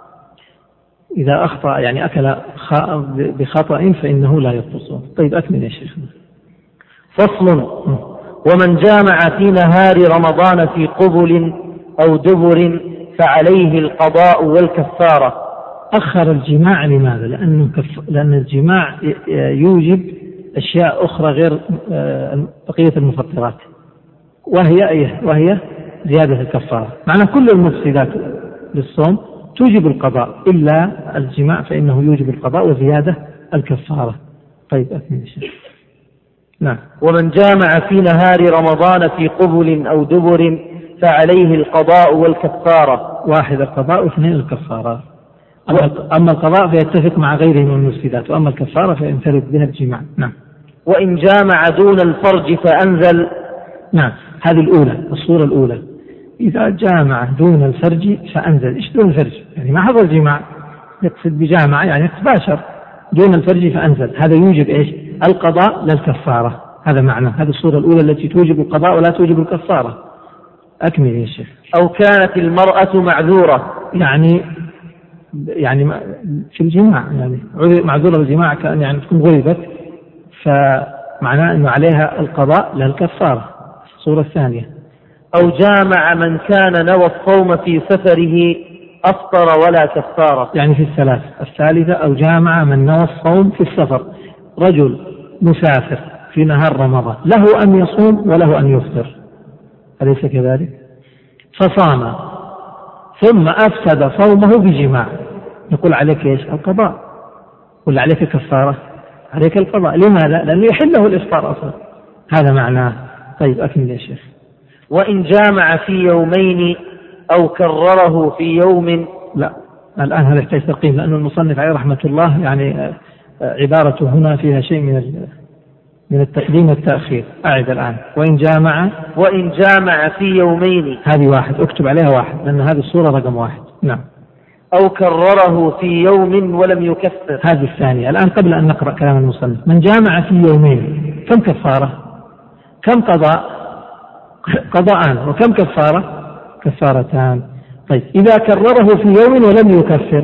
إذا أخطأ يعني أكل بخطأ فإنه لا يبطل صومه. طيب أكمل يا شيخ. فصل. ومن جامع في نهار رمضان في قبل أو دبر فعليه القضاء والكفارة. أخر الجماع لماذا؟ لأنه كف... لأن الجماع يوجب أشياء أخرى غير بقية المفطرات، وهي أيه؟ وهي زيادة الكفارة. معنى كل المفسدات للصوم توجب القضاء إلا الجماع فإنه يوجب القضاء وزيادة الكفارة. طيب أكمل الشيء. نعم. ومن جامع في نهار رمضان في قبل أو دبر فعليه القضاء والكفارة. واحد القضاء واثنين الكفارة. أما القضاء فيتفق مع غيره من المفسدات، وأما الكفارة فينفرد بها الجماع. نعم. وإن جامع دون الفرج فأنزل. نعم، هذه الأولى، الصورة الأولى. إذا جامع دون الفرج فأنزل. إيش دون الفرج؟ يعني ما حضر جماع، يقصد بجامع يعني تباشر دون الفرج فأنزل، هذا يوجب إيش؟ القضاء للكفارة. هذا معنى هذه الصورة الأولى التي توجب القضاء ولا توجب الكفارة. أكمل يا شيخ. أو كانت المرأة معذورة، يعني يعني في الجماع، يعني معذورة بالجماع كأن يعني تكون غلبت، فمعناه أنه عليها القضاء للكفارة. الصورة الثانية. أو جامع من كان نوى الصوم في سفره أفطر ولا كفارة، يعني في الثلاث. الثالثة أو جامع من نوى الصوم في السفر، رجل مسافر في نهار رمضان له أن يصوم وله أن يفطر، أليس كذلك؟ فصام ثم أفسد صومه بجماع، نقول عليك إيش؟ القضاء. ولا عليك كفارة؟ عليك القضاء. لماذا؟ لأنه يحله الإفطار أصلا. هذا معناه. طيب أكمل يا شيخ. وإن جامع في يومين أو كرره في يوم. لا، الآن هذا يحتاج ترقيم، لأن المصنف عليه رحمة الله يعني عبارته هنا فيها شيء من من التقديم والتأخير. أعد الآن. وإن جامع وإن جامع في يومين، هذه واحد، اكتب عليها واحد لأن هذه الصورة رقم واحد. نعم. أو كرره في يوم ولم يكفر، هذه الثانية. الآن قبل أن نقرأ كلام المصنف، من جامع في يومين كم كفارة؟ كم قضاء؟ قضاءان. وكم كفارة؟ كفارتان. طيب إذا كرره في يوم ولم يكفر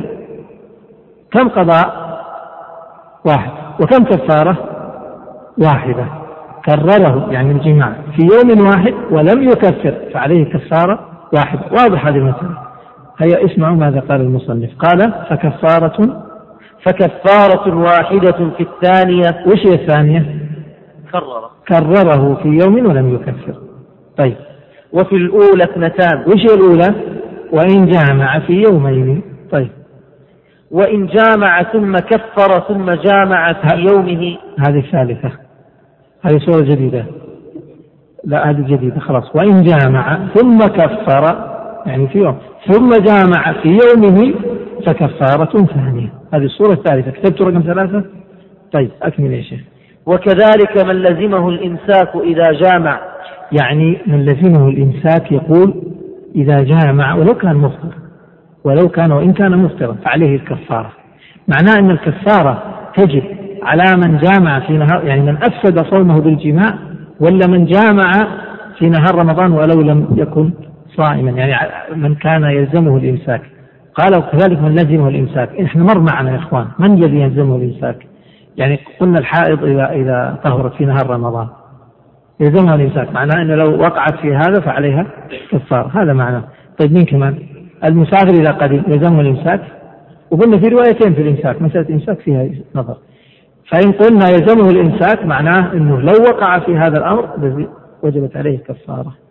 كم قضاء؟ واحد. وكم كفارة؟ واحدة. كرره يعني الجماع في يوم واحد ولم يكفر فعليه كفارة واحدة. واضح هذه المسألة؟ هيا اسمعوا ماذا قال المصنف. قال فكفارة فكفارة واحدة في الثانية. وش هي الثانية؟ كرره كرره في يوم ولم يكفر. طيب. وفي الأولى اثنتان. وش هي الأولى؟ وإن جامع في يومين. طيب. وإن جامع ثم كفر ثم جامع في يومه. هذه الثالثة، هذه صورة جديدة. لا هذه جديدة خلاص. وإن جامع ثم كفر يعني في يوم ثم جامع في يومه فكفارة ثانية. هذه الصورة الثالثة. كتبت رقم ثلاثة. طيب أكمل يا شيخ. وكذلك من لزمه الإمساك إذا جامع، يعني من لزمه الإمساك يقول إذا جامع ولو كان مفطر، ولو كان وإن كان مفطرا فعليه الكفارة. معناه أن الكفارة تجب على من جامع في نهار، يعني من أفسد صومه بالجماع، ولا من جامع في نهار رمضان ولو لم يكن صائما، يعني من كان يلزمه الإمساك. قال وكذلك من لزمه الإمساك. إحنا مر معنا يا إخوان من الذي يلزمه الإمساك؟ يعني قلنا الحائض إذا إذا طهرت في نهار رمضان يلزمها الإمساك، معناه أنه لو وقعت في هذا فعليها كفارة. هذا معناه. طيب مين كمان؟ المسافر إذا قدم يلزمه الإمساك، وقلنا في روايتين في الإمساك، مسألة الإمساك فيها نظر. فإن قلنا يلزمه الإمساك معناه أنه لو وقع في هذا الأمر وجبت عليه كفارة.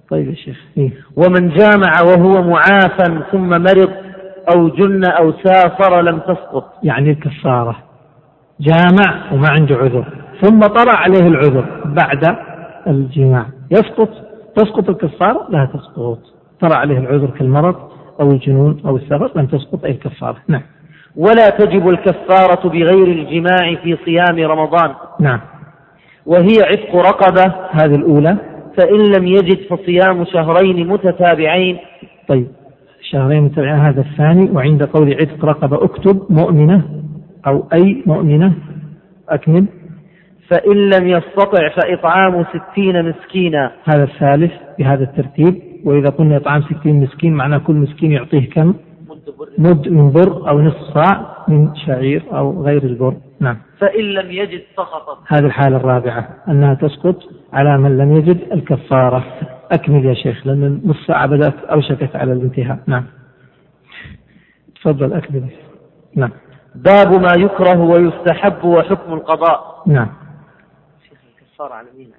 طيب يا شيخ. إيه؟ ومن جامع وهو معافى ثم مرض أو جن أو سافر لم تسقط. يعني الكفارة جامع وما عنده عذر ثم طرأ عليه العذر بعد الجماع يسقط، تسقط الكفارة؟ لا تسقط. طرأ عليه العذر كالمرض أو الجنون أو السفر لم تسقط أي كفارة. نعم. ولا تجب الكفارة بغير الجماع في صيام رمضان. نعم. وهي عتق رقبة، هذه الأولى. فإن لم يجد فصيام شهرين متتابعين. طيب شهرين متتابعين هذا الثاني. وعند قول عتق رقبة اكتب مؤمنة أو أي مؤمنة أكمل. فإن لم يستطع فإطعام ستين مسكينا. هذا الثالث بهذا الترتيب. وإذا قلنا إطعام ستين مسكين معناه كل مسكين يعطيه كم؟ مد من بر أو نصف صاع من شعير أو غير البر. نعم. فإن لم يجد سقطت. هذه الحالة الرابعة أنها تسقط على من لم يجد الكفارة. أكمل يا شيخ لأن نصف ساعة بدأت أوشكت على الانتهاء. نعم تفضل أكمل. نعم. باب ما يكره ويستحب وحكم القضاء. نعم. شيخ الكفارة على مين؟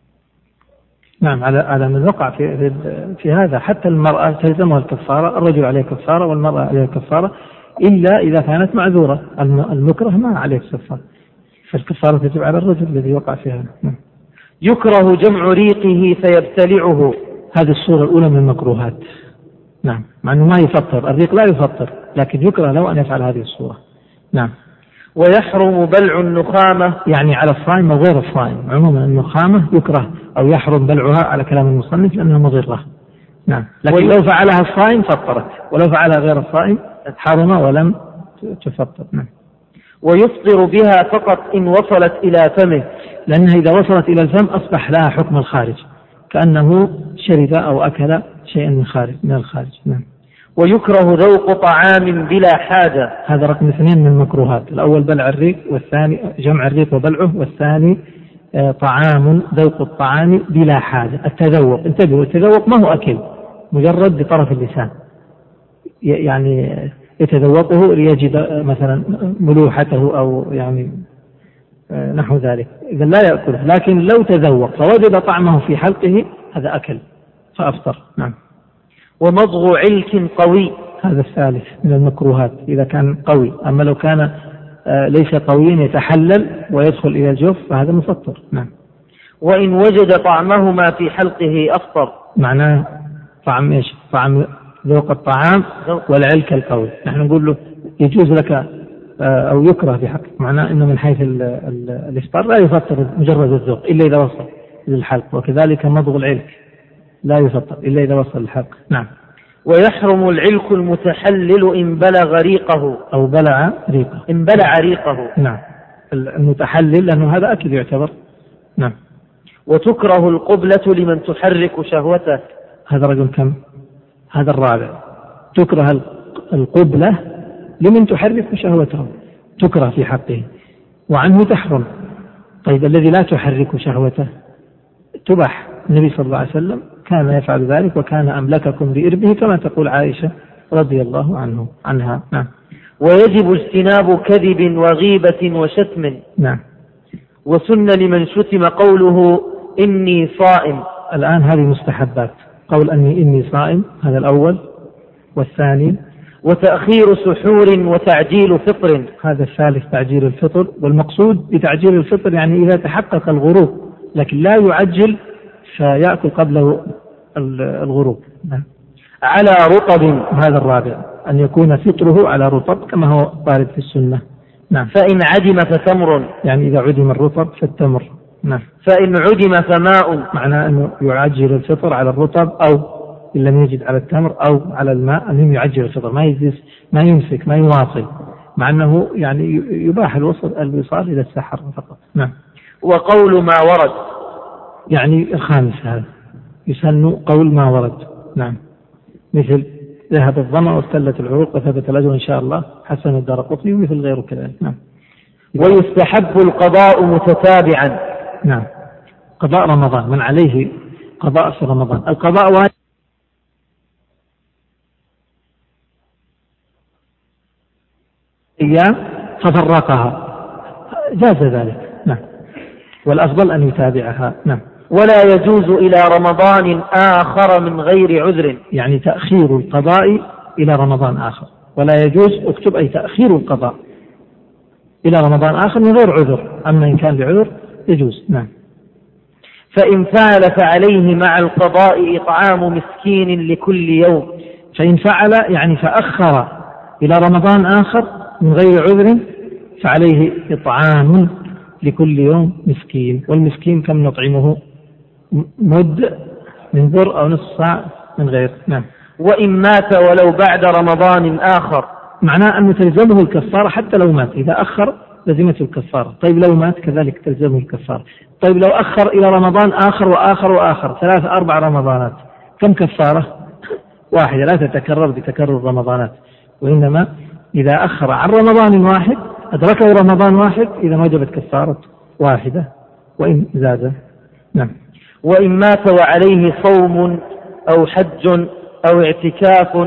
نعم على على من وقع في في, في هذا. حتى المرأة تلزمها الكفارة، الرجل عليه كفارة والمرأة عليه كفارة إلا إذا كانت معذورة. المكره ما عليه كفارة، فالكفارة تجب على الرجل الذي وقع فيها. نعم. يكره جمع ريقه فيبتلعه. هذه الصورة الأولى من المكروهات. نعم. مع أنه ما يفطر، الريق لا يفطر، لكن يكره له أن يفعل هذه الصورة. نعم. ويحرم بلع النخامة، يعني على الصائم وغير الصائم. عموما النخامة يكره أو يحرم بلعها على كلام المصنف لأنها مضرة. نعم. لكن لو فعلها الصائم فطرت، ولو فعلها غير الصائم حرم ولم تفطر. نعم. ويفطر بها فقط إن وصلت إلى فمه، لأنها إذا وصلت إلى الفم أصبح لها حكم الخارج، كأنه شرب أو أكل شيئا من خارج من الخارج. نعم. ويكره ذوق طعام بلا حاجة. هذا رقم اثنين من المكروهات. الأول بلع الريق، والثاني جمع الريق وبلعه، والثاني آه طعام ذوق الطعام بلا حاجة. التذوق، انتبهوا، التذوق ما هو أكل مجرد بطرف اللسان، يعني يتذوقه ليجد مثلا ملوحته أو يعني آه نحو ذلك، إذا لا يأكله. لكن لو تذوق فوجد طعمه في حلقه هذا أكل فأفطر. نعم. ومضغ علك قوي، هذا الثالث من المكروهات إذا كان قوي. أما لو كان ليس قويا يتحلل ويدخل إلى الجوف فهذا مفطر. نعم. وإن وجد طعمهما في حلقه أفطر. معناه طعم إيش؟ طعم ذوق الطعام والعلك القوي. نحن نقول له يجوز لك أو يكره في حقك، معناه أنه من حيث الإفطار لا يفطر مجرد الذوق إلا إذا وصل للحلق. وكذلك مضغ العلك لا يفطر إلا إذا وصل الحلق. نعم. ويحرم العلك المتحلل إن بلغ ريقه أو بلع ريقه. إن بلع ريقه. نعم. المتحلل لأنه هذا أكل يعتبر. نعم. وتكره القبلة لمن تحرك شهوته. هذا رقم كم؟ هذا الرابع. تكره القبلة لمن تحرك شهوته، تكره في حقه وعنه تحرم. طيب الذي لا تحرك شهوته تباح. النبي صلى الله عليه وسلم كان يفعل ذلك وكان أملككم بإربه كما تقول عائشة رضي الله عنه عنها. نعم. ويجب اجتناب كذب وغيبة وشتم. نعم. وسن لمن شتم قوله إني صائم. الآن هذه مستحبات. قول أني إني صائم هذا الأول. والثاني وتأخير سحور وتعجيل فطر. هذا الثالث تعجيل الفطر. والمقصود بتعجيل الفطر يعني إذا تحقق الغروب، لكن لا يعجل فيأكل قبل الغروب. نعم. على رطب. هذا الرابع أن يكون فطره على رطب كما هو وارد في السنة. نعم. فإن عدم فتمر، يعني إذا عدم الرطب فالتمر. نعم. فإن عدم فماء، معناه أنه يعجل الفطر على الرطب أو إن لم يجد على التمر أو على الماء أنه يعجل الفطر، ما يجلس ما يمسك ما يواصل، مع أنه يعني يباح الوصل الوصال إلى السحر فقط. نعم. وقول ما ورد، يعني الخامس هذا يسن قول ما ورد. نعم. مثل ذهب الظمأ وابتلت العروق وثبت الأجر إن شاء الله حسن الدارقطني ومثل غيره كذلك. نعم. ويستحب القضاء متتابعا. نعم. قضاء رمضان من عليه قضاء في رمضان. القضاء واجب أيام ففرقها جاز ذلك. نعم. والأفضل أن يتابعها. نعم. ولا يجوز إلى رمضان آخر من غير عذر. يعني تأخير القضاء إلى رمضان آخر، ولا يجوز، اكتب أي تأخير القضاء إلى رمضان آخر من غير عذر، أما إن كان بعذر يجوز. نعم. فإن فعل فعليه مع القضاء إطعام مسكين لكل يوم. فإن فعل يعني فأخر إلى رمضان آخر من غير عذر فعليه إطعام لكل يوم مسكين، والمسكين كم نطعمه؟ مد من بر أو نصف ساعة من غير. نعم. وإن مات ولو بعد رمضان آخر، معناه أنه تلزمه الكفارة حتى لو مات، إذا أخر لزمته الكفارة. طيب لو مات كذلك تلزمه الكفارة. طيب لو أخر إلى رمضان آخر وآخر وآخر ثلاث أربع رمضانات، كم كفارة؟ واحدة، لا تتكرر بتكرر رمضانات، وإنما إذا أخر عن رمضان واحد أدركه رمضان واحد إذا وجبت كفارة واحدة وإن زاد. نعم. وإن مات وعليه صوم أو حج أو اعتكاف.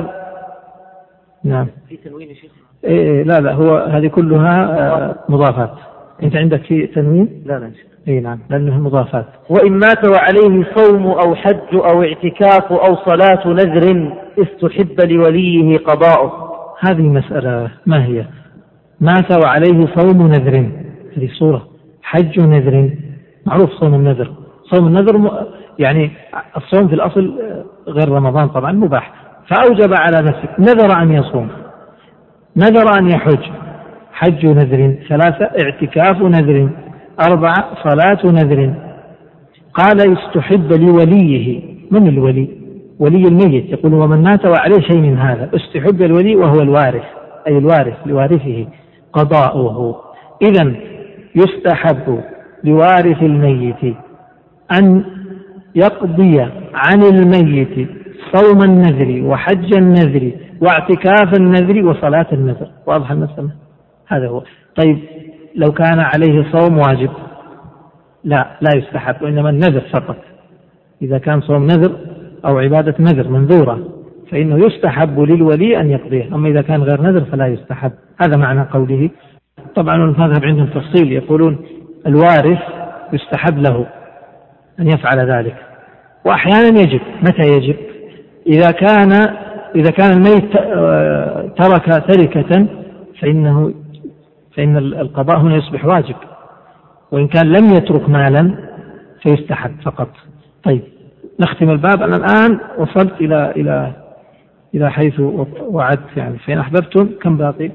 نعم. في تنوين يا شيخ؟ إيه لا لا، هو هذه كلها آه مضافات. أنت عندك في تنوين؟ لا لا. إيه نعم، لأنها مضافات. وإن مات وعليه صوم أو حج أو اعتكاف أو صلاة نذر استحب لوليه قضاؤه. هذه مسألة ما هي؟ مات وعليه صوم نذر، هذه صورة. حج نذر، معروف صوم النذر. صوم النذر م... يعني الصوم في الأصل غير رمضان طبعا مباح، فأوجب على نفسه، نذر أن يصوم، نذر أن يحج، حج نذر. ثلاثة اعتكاف نذر. أربعة صلاة نذر. قال استحب لوليه. من الولي؟ ولي الميت. يقول ومن مات وعليه شيء من هذا استحب الولي وهو الوارث، أي الوارث لوارثه قضاؤه. إذن يستحب لوارث الميت أن يقضي عن الميت صوم النذر وحج النذر واعتكاف النذر وصلاة النذر. واضح المسألة؟ هذا هو. طيب لو كان عليه صوم واجب لا لا يستحب، وإنما النذر فقط. إذا كان صوم نذر أو عبادة نذر منذورة فإنه يستحب للولي أن يقضيه، أما إذا كان غير نذر فلا يستحب. هذا معنى قوله. طبعا المذهب عندهم تفصيل، يقولون الوارث يستحب له أن يفعل ذلك، وأحيانا يجب. متى يجب؟ إذا كان إذا كان الميت ترك تركة فإنه فإن القضاء هنا يصبح واجب، وإن كان لم يترك مالا فيستحب فقط. طيب نختم الباب. أنا الآن وصلت إلى إلى إلى حيث وعدت، يعني فإن أحببتم. كم باقي؟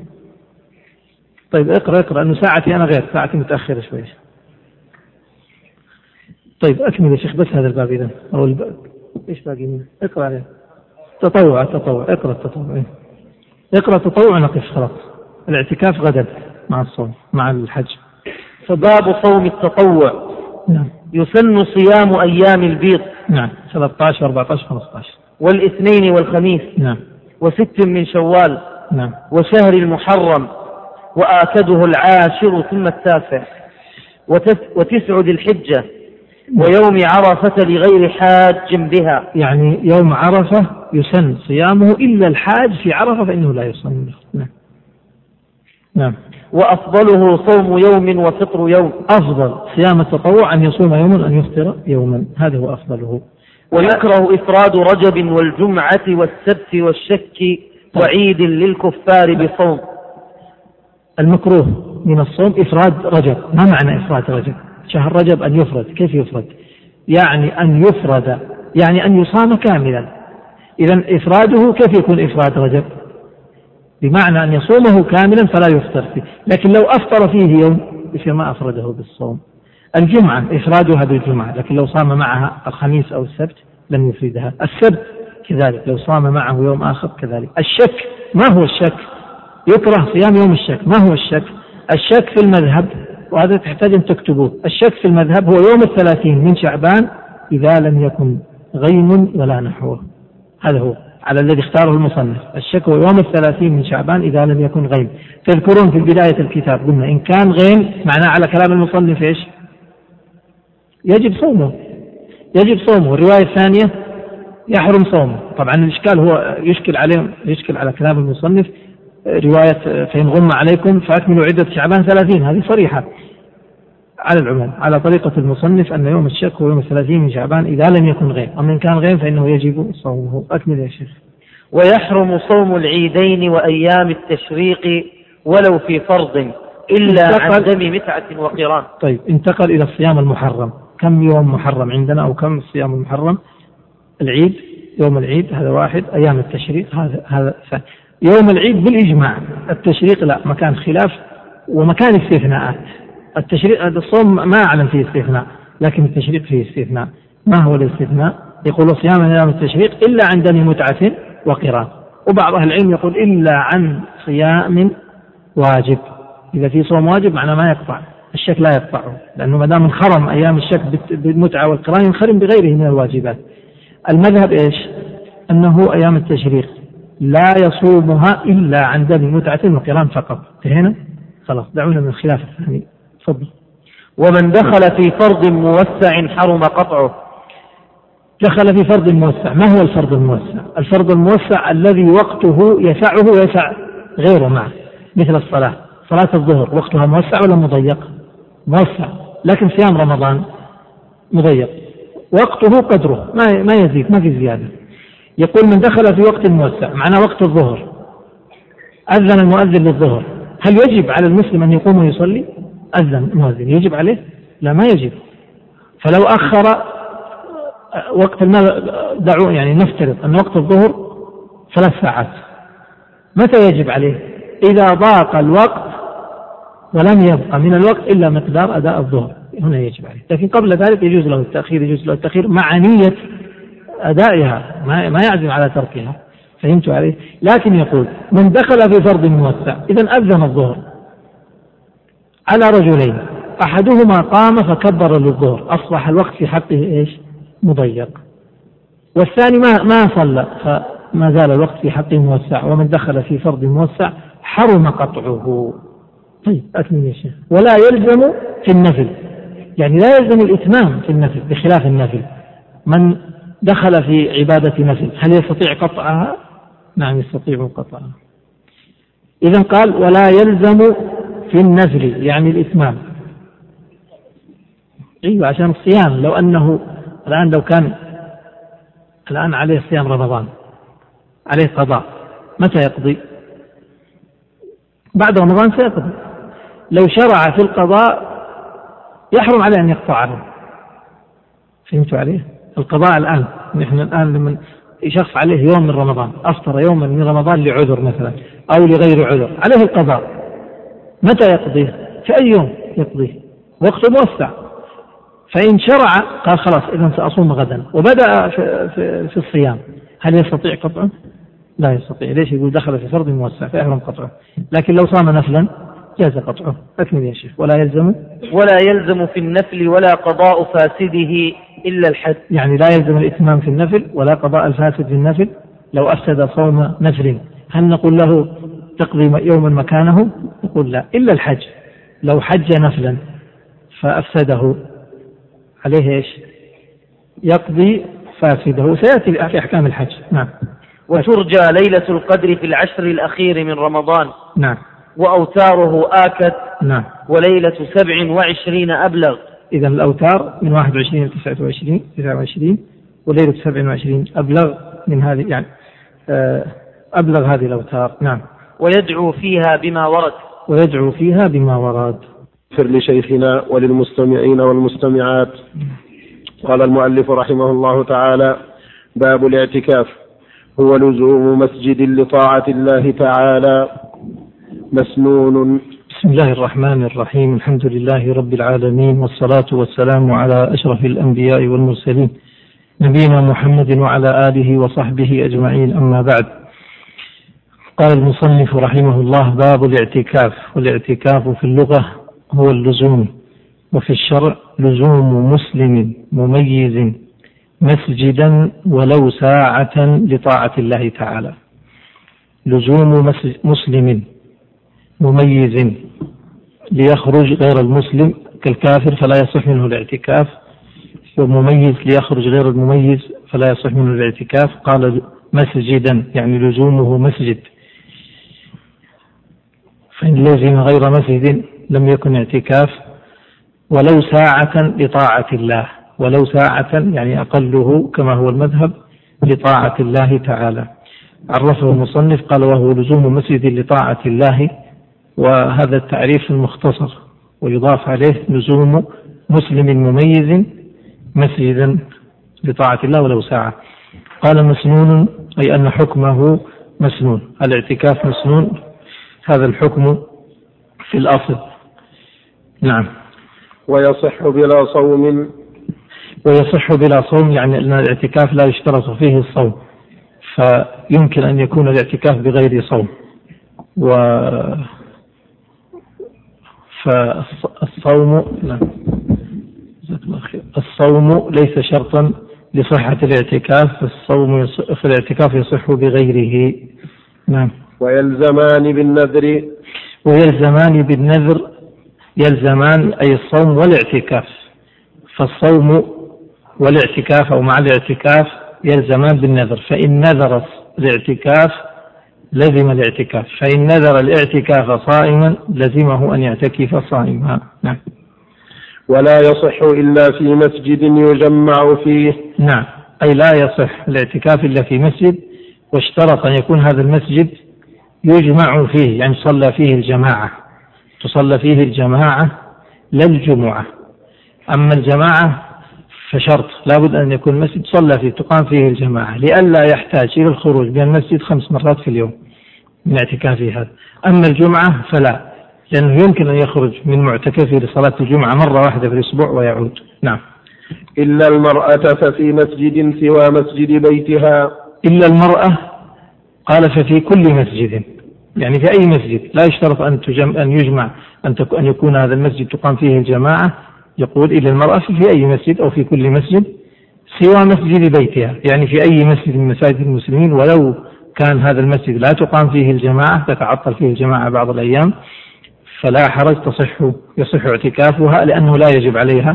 طيب اقرأ اقرأ، أنه ساعتي أنا غير، ساعتي متأخرة شوي. طيب أكمل يا شيخ بس هذا الباب إذا، أو الباب إيش باقي منه؟ اقرأ عليه. تطوع تطوع اقرأ التطوع. إيه؟ اقرأ التطوع ونقف خلاص. الاعتكاف غدا مع الصوم مع الحج. فباب صوم التطوع. نعم. يسن صيام أيام البيض. نعم. ثلاثة عشر أربعة عشر خمسة عشر والاثنين والخميس. نعم. وست من شوال. نعم. وشهر المحرم، وآكده العاشر ثم التاسع، وتسع ذي الحجة، ويوم عرفة لغير حاج بها. يعني يوم عرفة يسن صيامه إلا الحاج في عرفة فإنه لا يصوم. نعم. نعم. وأفضله صوم يوم وفطر يوم. أفضل صيام التطوع أن يصوم يوما أن يفطر يوما، هذا هو أفضله. ويكره إفراد رجب والجمعة والسبت والشك وعيد للكفار بصوم. المكروه من الصوم إفراد رجب. ما معنى إفراد رجب؟ شهر رجب أن يفرد. كيف يفرد؟ يعني أن يفرد يعني أن يصام كاملا. إذن إفراده كيف يكون إفراد رجب؟ بمعنى أن يصومه كاملا فلا يفطر فيه، لكن لو أفطر فيه يوم يصير ما أفرده بالصوم. الجمعة إفرادها بالجمعة، لكن لو صام معها الخميس أو السبت لم يفردها. السبت كذلك لو صام معه يوم آخر كذلك. الشك، ما هو الشك؟ يكره صيام يوم الشك. ما هو الشك؟ الشك في المذهب، وهذا تحتاج أن تكتبوه. الشك في المذهب هو يوم الثلاثين من شعبان إذا لم يكن غيم ولا نحوه. هذا هو على الذي اختاره المصنف. الشك هو يوم الثلاثين من شعبان إذا لم يكن غيم. تذكرون في بداية الكتاب قلنا إن كان غيم معناه على كلام المصنف إيش؟ يجب صومه، يجب صومه. الرواية الثانية يحرم صومه. طبعا الإشكال هو يشكل عليه يشكل على كلام المصنف رواية فإن غم عليكم فأكملوا عدة شعبان ثلاثين، هذه صريحة. على العموم على طريقة المصنف أن يوم الشك هو يوم الثلاثين من شعبان إذا لم يكن غيم، أما إن كان غيم فإنه يجب صومه. أكمل يا شيخ. ويحرم صوم العيدين وأيام التشريق ولو في فرض إلا عن دم متعة وقران. طيب انتقل إلى الصيام المحرم. كم يوم محرم عندنا أو كم الصيام المحرم؟ العيد، يوم العيد هذا واحد، أيام التشريق هذا هذا ثاني. يوم العيد بالإجماع، التشريق لا، مكان خلاف ومكان استثناءات. التشريق هذا الصوم ما أعلم فيه استثناء، لكن التشريق فيه استثناء. ما هو الاستثناء؟ يقول صيام أيام التشريق إلا عن دم متعة وقران، وبعض أهل العلم يقول إلا عن صيام واجب. إذا في صوم واجب معناه ما يقطع الشك، لا يقطعه، لأنه ما دام انخرم أيام الشك بالمتعة والقران ينخرم بغيره من الواجبات. المذهب إيش؟ أنه أيام التشريق لا يصومها إلا عن دم متعة وقران فقط. هنا خلاص دعونا من الخلاف الثاني. تفضل. ومن دخل في فرض موسع حرم قطعه. دخل في فرض موسع. ما هو الفرض الموسع؟ الفرض الموسع الذي وقته يسعه ويسع غيره معه، مثل الصلاة. صلاة الظهر وقتها موسع ولا مضيق؟ موسع. لكن صيام رمضان مضيق، وقته قدره ما ما يزيد، ما في زيادة. يقول من دخل في وقت موسع، معناه وقت الظهر، أذن المؤذن للظهر، هل يجب على المسلم أن يقوم ويصلي؟ أذن المؤذن، يجب عليه؟ لا، ما يجب. فلو أخر وقت الماء، دعوا يعني نفترض أن وقت الظهر ثلاث ساعات، متى يجب عليه؟ إذا ضاق الوقت ولم يبقى من الوقت إلا مقدار أداء الظهر، هنا يجب عليه. لكن قبل ذلك يجوز له التأخير، يجوز له التأخير مع نية أدائها، ما يعزم على تركها. فهمت عليه؟ لكن يقول من دخل في فرض موسع، إذن أذن الظهر على رجلين، أحدهما قام فكبر للظهر، أصبح الوقت في حقه إيش؟ مضيق. والثاني ما ما صلى فما زال الوقت في حقه موسع. ومن دخل في فرض موسع حرم قطعه. طيب أكمل يا شيخ. ولا يلزم في النفل، يعني لا يلزم الإتمام في النفل بخلاف النفل. من دخل في عبادة نفل هل يستطيع قطعها؟ نعم يستطيع قطعها. إذن قال ولا يلزم في النفل يعني الإتمام. أيوة عشان الصيام. لو أنه الآن لو كان الآن عليه صيام رمضان، عليه قضاء، متى يقضي؟ بعد رمضان سيقضي. لو شرع في القضاء يحرم عليه أن يقطعه. فهمت عليه؟ القضاء الآن، نحن الآن لمن شخص عليه يوم من رمضان، أفطر يوما من رمضان لعذر مثلا أو لغير عذر، عليه القضاء، متى يقضيه؟ في أي يوم يقضيه؟ وقت موسع. فإن شرع قال خلاص إذن سأصوم غدا وبدأ في, في, في الصيام، هل يستطيع قطعه؟ لا يستطيع. ليش؟ يقول دخل في فرض موسع فيحرم قطعه. لكن لو صام نفلا جاز قطعه. أكمل يا شيخ. ولا يلزم ولا يلزم في النفل ولا قضاء فاسده إلا الحد، يعني لا يلزم الإتمام في النفل ولا قضاء الفاسد في النفل. لو أفسد صوم نفل هل نقول له تقضي يوما مكانه؟ نقول لا، إلا الحج. لو حج نفلا فأفسده عليه إيش؟ يقضي فاسده، سيأتي في أحكام الحج. نعم. وترجى ليلة القدر في العشر الأخير من رمضان. نعم. وأوتاره آكد. نعم. وليلة سبع وعشرين أبلغ. إذا الأوتار من واحد وعشرين إلى تسعة وعشرين تسعة وعشرين وليلة سبع وعشرين أبلغ من هذه، يعني أبلغ هذه الأوتار. نعم. ويدعو فيها بما ورد. ويدعو فيها بما ورد. اغفر لشيخنا وللمستمعين والمستمعات. قال المؤلف رحمه الله تعالى: باب الاعتكاف. هو لزوم مسجد لطاعة الله تعالى مسنون. بسم الله الرحمن الرحيم. الحمد لله رب العالمين، والصلاة والسلام على أشرف الأنبياء والمرسلين نبينا محمد وعلى آله وصحبه أجمعين، أما بعد. قال المصنف رحمه الله: باب الاعتكاف. والاعتكاف في اللغة هو اللزوم، وفي الشرع لزوم مسلم مميز مسجدا ولو ساعة لطاعة الله تعالى. لزوم مسلم مميز ليخرج غير المسلم كالكافر فلا يصح منه الاعتكاف، ومميز ليخرج غير المميز فلا يصح منه الاعتكاف. قال مسجدا يعني لزومه مسجد، فإن لزم غير مسجد لم يكن اعتكاف، ولو ساعة لطاعة الله، ولو ساعة يعني أقله كما هو المذهب لطاعة الله تعالى. عرفه المصنف قال: وهو لزوم مسجد لطاعة الله، وهذا التعريف المختصر، ويضاف عليه لزوم مسلم مميز مسجدا لطاعة الله ولو ساعة. قال: مسنون، أي أن حكمه مسنون، الاعتكاف مسنون، هذا الحكم في الأصل. نعم. ويصح بلا صوم، ويصح بلا صوم يعني أن الاعتكاف لا يشترط فيه الصوم، فيمكن أن يكون الاعتكاف بغير صوم. و فالصوم نعم. الصوم ليس شرطا لصحة الاعتكاف، الصوم في الاعتكاف يصح بغيره. نعم. ويلزمان بالنذر، ويلزمان بالنذر، يلزمان أي الصوم والاعتكاف، فالصوم والاعتكاف أو مع الاعتكاف يلزمان بالنذر، فإن نذر الاعتكاف لزم الاعتكاف، فإن نذر الاعتكاف صائما لزمه أن يعتكف صائما. نعم. ولا يصح إلا في مسجد يجمع فيه. نعم، أي لا يصح الاعتكاف إلا في مسجد، واشترط أن يكون هذا المسجد يجمع فيه، يعني تصلى فيه الجماعة، تصلى فيه الجماعة لا الجمعة. أما الجماعة فشرط لابد أن يكون مسجد صلى فيه تقام فيه الجماعة، لئلا يحتاج إلى الخروج من المسجد خمس مرات في اليوم من اعتكافه هذا. أما الجمعة فلا، لأنه يمكن أن يخرج من معتكفه لصلاة الجمعة مرة واحدة في الأسبوع ويعود. نعم. إلا المرأة ففي مسجد سوى مسجد بيتها. إلا المرأة قال ففي كل مسجد، يعني في أي مسجد، لا يشترط أن تجمع أن يجمع أن, أن يكون هذا المسجد تقام فيه الجماعة، يقول إلا المرأة في أي مسجد أو في كل مسجد سوى مسجد بيتها، يعني في أي مسجد من مساجد المسلمين، ولو كان هذا المسجد لا تقام فيه الجماعة، تتعطل فيه الجماعة بعض الأيام، فلا حرج، تصح يصح اعتكافها، لأنه لا يجب عليها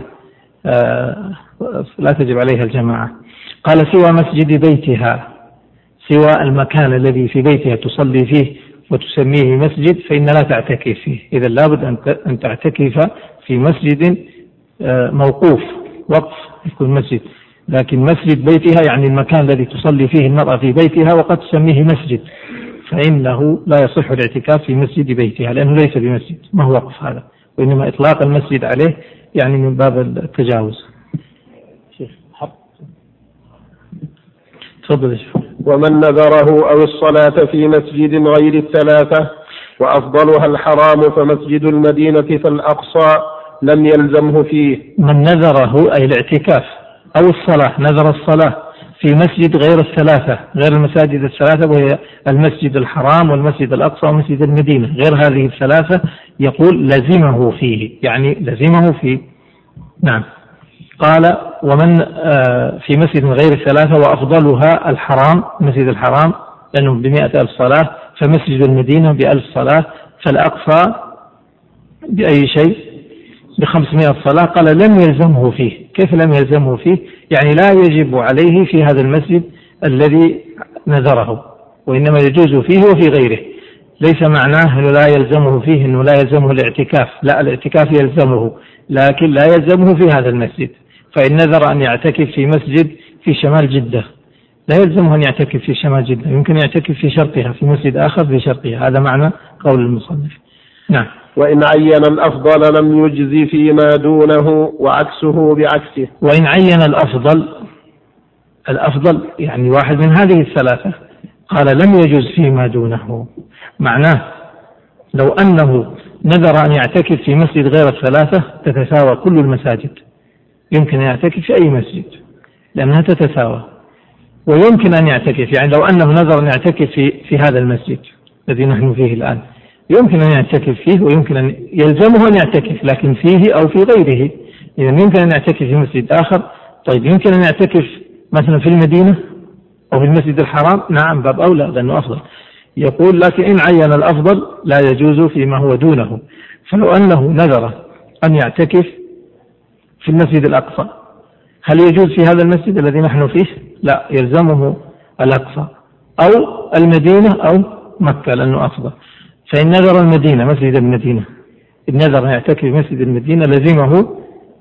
آه لا تجب عليها الجماعة. قال سوى مسجد بيتها، سوى المكان الذي في بيتها تصلي فيه وتسميه مسجد فإن لا تعتكف فيه، إذا لابد أن تعتكف في مسجد موقوف وقف يكون مسجد، لكن مسجد بيتها يعني المكان الذي تصلي فيه المرأة في بيتها وقد تسميه مسجد، فإنه لا يصح الاعتكاف في مسجد بيتها، لأنه ليس بمسجد، ما هو وقف هذا، وإنما إطلاق المسجد عليه يعني من باب التجاوز. تفضل. ومن نذره أو الصلاة في مسجد غير الثلاثة وأفضلها الحرام فمسجد المدينة فالأقصى لم يلزمه فيه. من نذره أي الاعتكاف أو الصلاة، نذر الصلاة في مسجد غير الثلاثة، غير المساجد الثلاثة، وهي المسجد الحرام والمسجد الأقصى ومسجد المدينة، غير هذه الثلاثة، يقول لزمه فيه، يعني لزمه فيه. نعم. قال ومن في مسجد غير الثلاثة وأفضلها الحرام، مسجد الحرام لأنه بمئة ألف صلاة، فمسجد المدينة بألف صلاة، فالأقصى بأي شيء بخمسمائة صلاة. قال لم يلزمه فيه. كيف لم يلزمه فيه؟ يعني لا يجب عليه في هذا المسجد الذي نذره، وإنما يجوز فيه وفي غيره. ليس معناه أنه لا يلزمه فيه أنه لا يلزمه الاعتكاف، لا، الاعتكاف يلزمه لكن لا يلزمه في هذا المسجد. فإن نذر أن يعتكف في مسجد في شمال جدة لا يلزمه أن يعتكف في شمال جدة، يمكن يعتكف في شرقها في مسجد آخر في شرقها، هذا معنى قول المصنف. نعم. وإن عين الأفضل لم يجزي فيما دونه وعكسه بعكسه. وإن عين الأفضل، الأفضل يعني واحد من هذه الثلاثة، قال لم يجز فيما دونه، معناه لو أنه نذر أن يعتكف في مسجد غير الثلاثة تتساوى كل المساجد، يمكن أن يعتكف في أي مسجد لأنها تتساوى، ويمكن أن يعتكف، يعني لو أنه نذر أن يعتكف في, في هذا المسجد الذي نحن فيه الآن، يمكن أن يعتكف فيه ويمكن أن يلزمه أن يعتكف لكن فيه أو في غيره. إذا يمكن أن يعتكف في مسجد آخر، طيب يمكن أن يعتكف مثلا في المدينة أو في المسجد الحرام، نعم باب أولى لأنه أفضل. يقول لكن إن عين الأفضل لا يجوز فيما هو دونه. فلو أنه نذر أن يعتكف في المسجد الأقصى، هل يجوز في هذا المسجد الذي نحن فيه؟ لا، يلزمه الأقصى أو المدينة أو مكة لأنه أفضل. فإن نذر المدينة، مسجد المدينة، إن نذر أن يعتكف في مسجد المدينة لزمه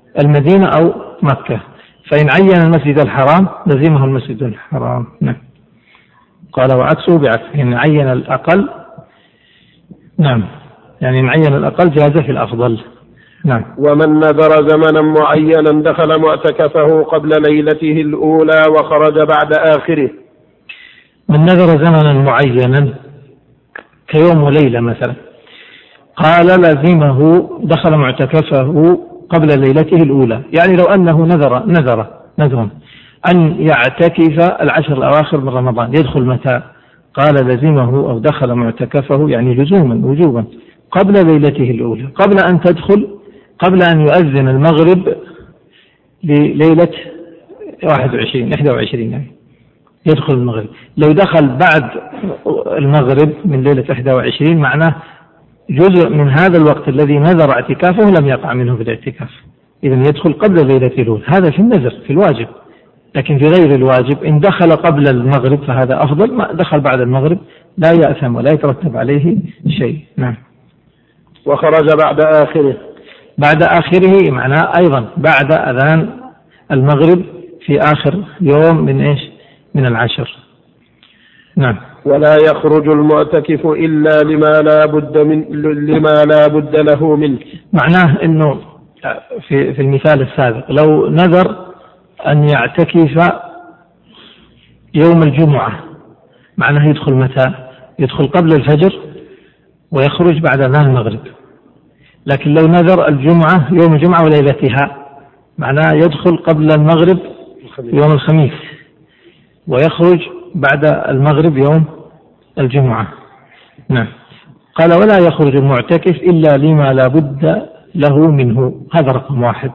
المدينة أو مكة، فإن عين المسجد الحرام لزمه المسجد الحرام. نعم. قال وعكسه بعكس، إن عين الأقل، نعم، يعني إن عين الأقل جاز في الأفضل. نعم. ومن نذر زمنا معينا دخل معتكفه قبل ليلته الأولى وخرج بعد آخره. من نذر زمنا معينا كيوم وليلة مثلا، قال لزمه دخل معتكفه قبل ليلته الأولى، يعني لو أنه نذر نذر نذر أن يعتكف العشر الأواخر من رمضان، يدخل متى؟ قال لزمه أو دخل معتكفه، يعني لزوما وجوبا، قبل ليلته الأولى، قبل أن تدخل، قبل أن يؤذن المغرب لليلة واحد وعشرين إحدى وعشرين، يعني يدخل المغرب. لو دخل بعد المغرب من ليلة إحدى وعشرين معناه جزء من هذا الوقت الذي نذر اعتكافه لم يقع منه في الاعتكاف، إذن يدخل قبل الليلة الأولى. هذا في النذر في الواجب، لكن في غير الواجب إن دخل قبل المغرب فهذا أفضل، ما دخل بعد المغرب لا يأثم ولا يترتب عليه شيء. نعم. وخرج بعد آخره، بعد آخره معناه أيضا بعد أذان المغرب في آخر يوم من إيش؟ من العشر. نعم. ولا يخرج المعتكف إلا لما لا بد من لما لا بد له منه. معناه إنه في في المثال السابق لو نذر أن يعتكف يوم الجمعة، معناه يدخل متى؟ يدخل قبل الفجر ويخرج بعد أذان المغرب. لكن لو نذر الجمعة يوم الجمعة وليلتها، معناه يدخل قبل المغرب يوم الخميس ويخرج بعد المغرب يوم الجمعة. نعم. قال ولا يخرج المعتكف إلا لما لا بد له منه. هذا رقم واحد.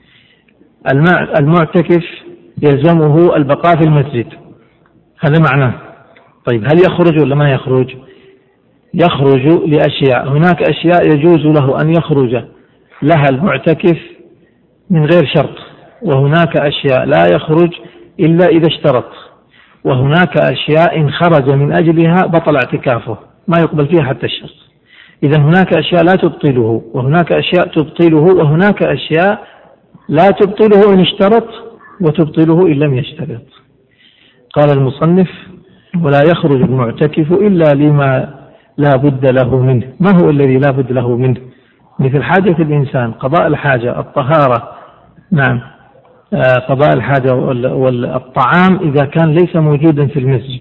المعتكف يلزمه البقاء في المسجد، هذا معناه. طيب هل يخرج ولا ما يخرج؟ يخرج لأشياء، هناك أشياء يجوز له أن يخرج لها المعتكف من غير شرط، وهناك أشياء لا يخرج إلا إذا اشترط، وهناك أشياء إن خرج من أجلها بطل اعتكافه ما يقبل فيها حتى الشرط. إذن هناك أشياء لا تبطله وهناك أشياء تبطله وهناك أشياء لا تبطله إن اشترط وتبطله إن لم يشترط. قال المصنف ولا يخرج المعتكف إلا لما لا بد له منه. ما هو الذي لا بد له منه؟ مثل حاجة الإنسان، قضاء الحاجة، الطهارة، نعم، قضاء الحاجة والطعام إذا كان ليس موجودا في المسجد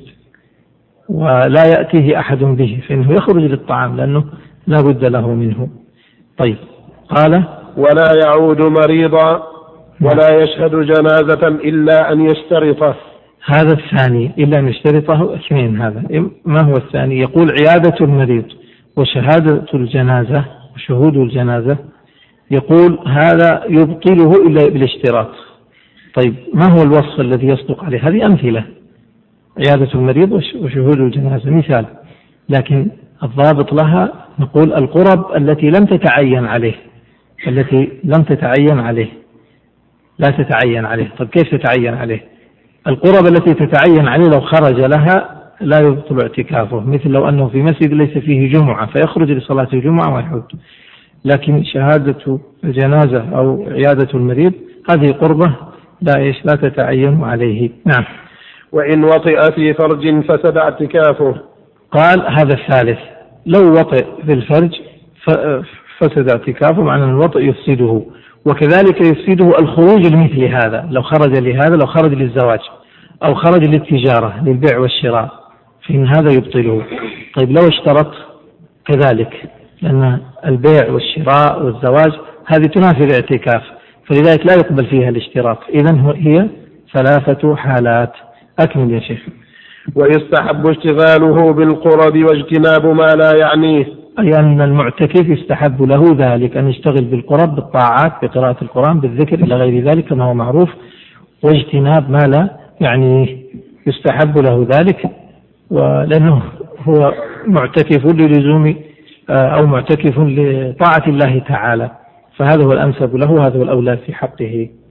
ولا يأتيه أحد به فإنه يخرج للطعام لأنه لا بد له منه. طيب قال ولا يعود مريضا ولا يشهد جنازة إلا أن يشترطه. هذا الثاني إلا أن يشترطه اثنين. هذا ما هو الثاني؟ يقول عيادة المريض وشهادة الجنازة وشهود الجنازة، يقول هذا يبطله إلا بالاشتراط. طيب ما هو الوصف الذي يصدق عليه؟ هذه أمثلة، عيادة المريض وشهود الجنازة مثال، لكن الضابط لها نقول القرب التي لم تتعين عليه، التي لم تتعين عليه لا تتعين عليه. طيب كيف تتعين عليه؟ القرب التي تتعين عليه لو خرج لها لا يبطل اعتكافه، مثل لو أنه في مسجد ليس فيه جمعة فيخرج لصلاة الجمعة ويحج. لكن شهادة الجنازة أو عيادة المريض هذه قربة لا إيش لا تتعين عليه. نعم. وإن وطئ في فرج فسد اعتكافه. قال هذا الثالث، لو وطئ في الفرج فسد اعتكافه، معنى الوطئ يفسده، وكذلك يفسده الخروج لمثل هذا، لو خرج لهذا، لو خرج للزواج أو خرج للتجارة للبيع والشراء فإن هذا يبطله. طيب لو اشترط كذلك، لأن البيع والشراء والزواج هذه تنافي الاعتكاف، فلذلك لا يقبل فيها الاشتراط. إذن هي ثلاثة حالات. أكمل يا شيخ. ويستحب اشتغاله بالقرب واجتناب ما لا يعنيه، أي أن المعتكف يستحب له ذلك، أن يشتغل بالقرب بالطاعات بقراءة القرآن بالذكر إلى غير ذلك كما هو معروف، واجتناب ما لا يعنيه يستحب له ذلك، ولأنه هو معتكف للزوم أو معتكف لطاعة الله تعالى، فهذا هو الأنسب له، هذا هو الأولى في حقه.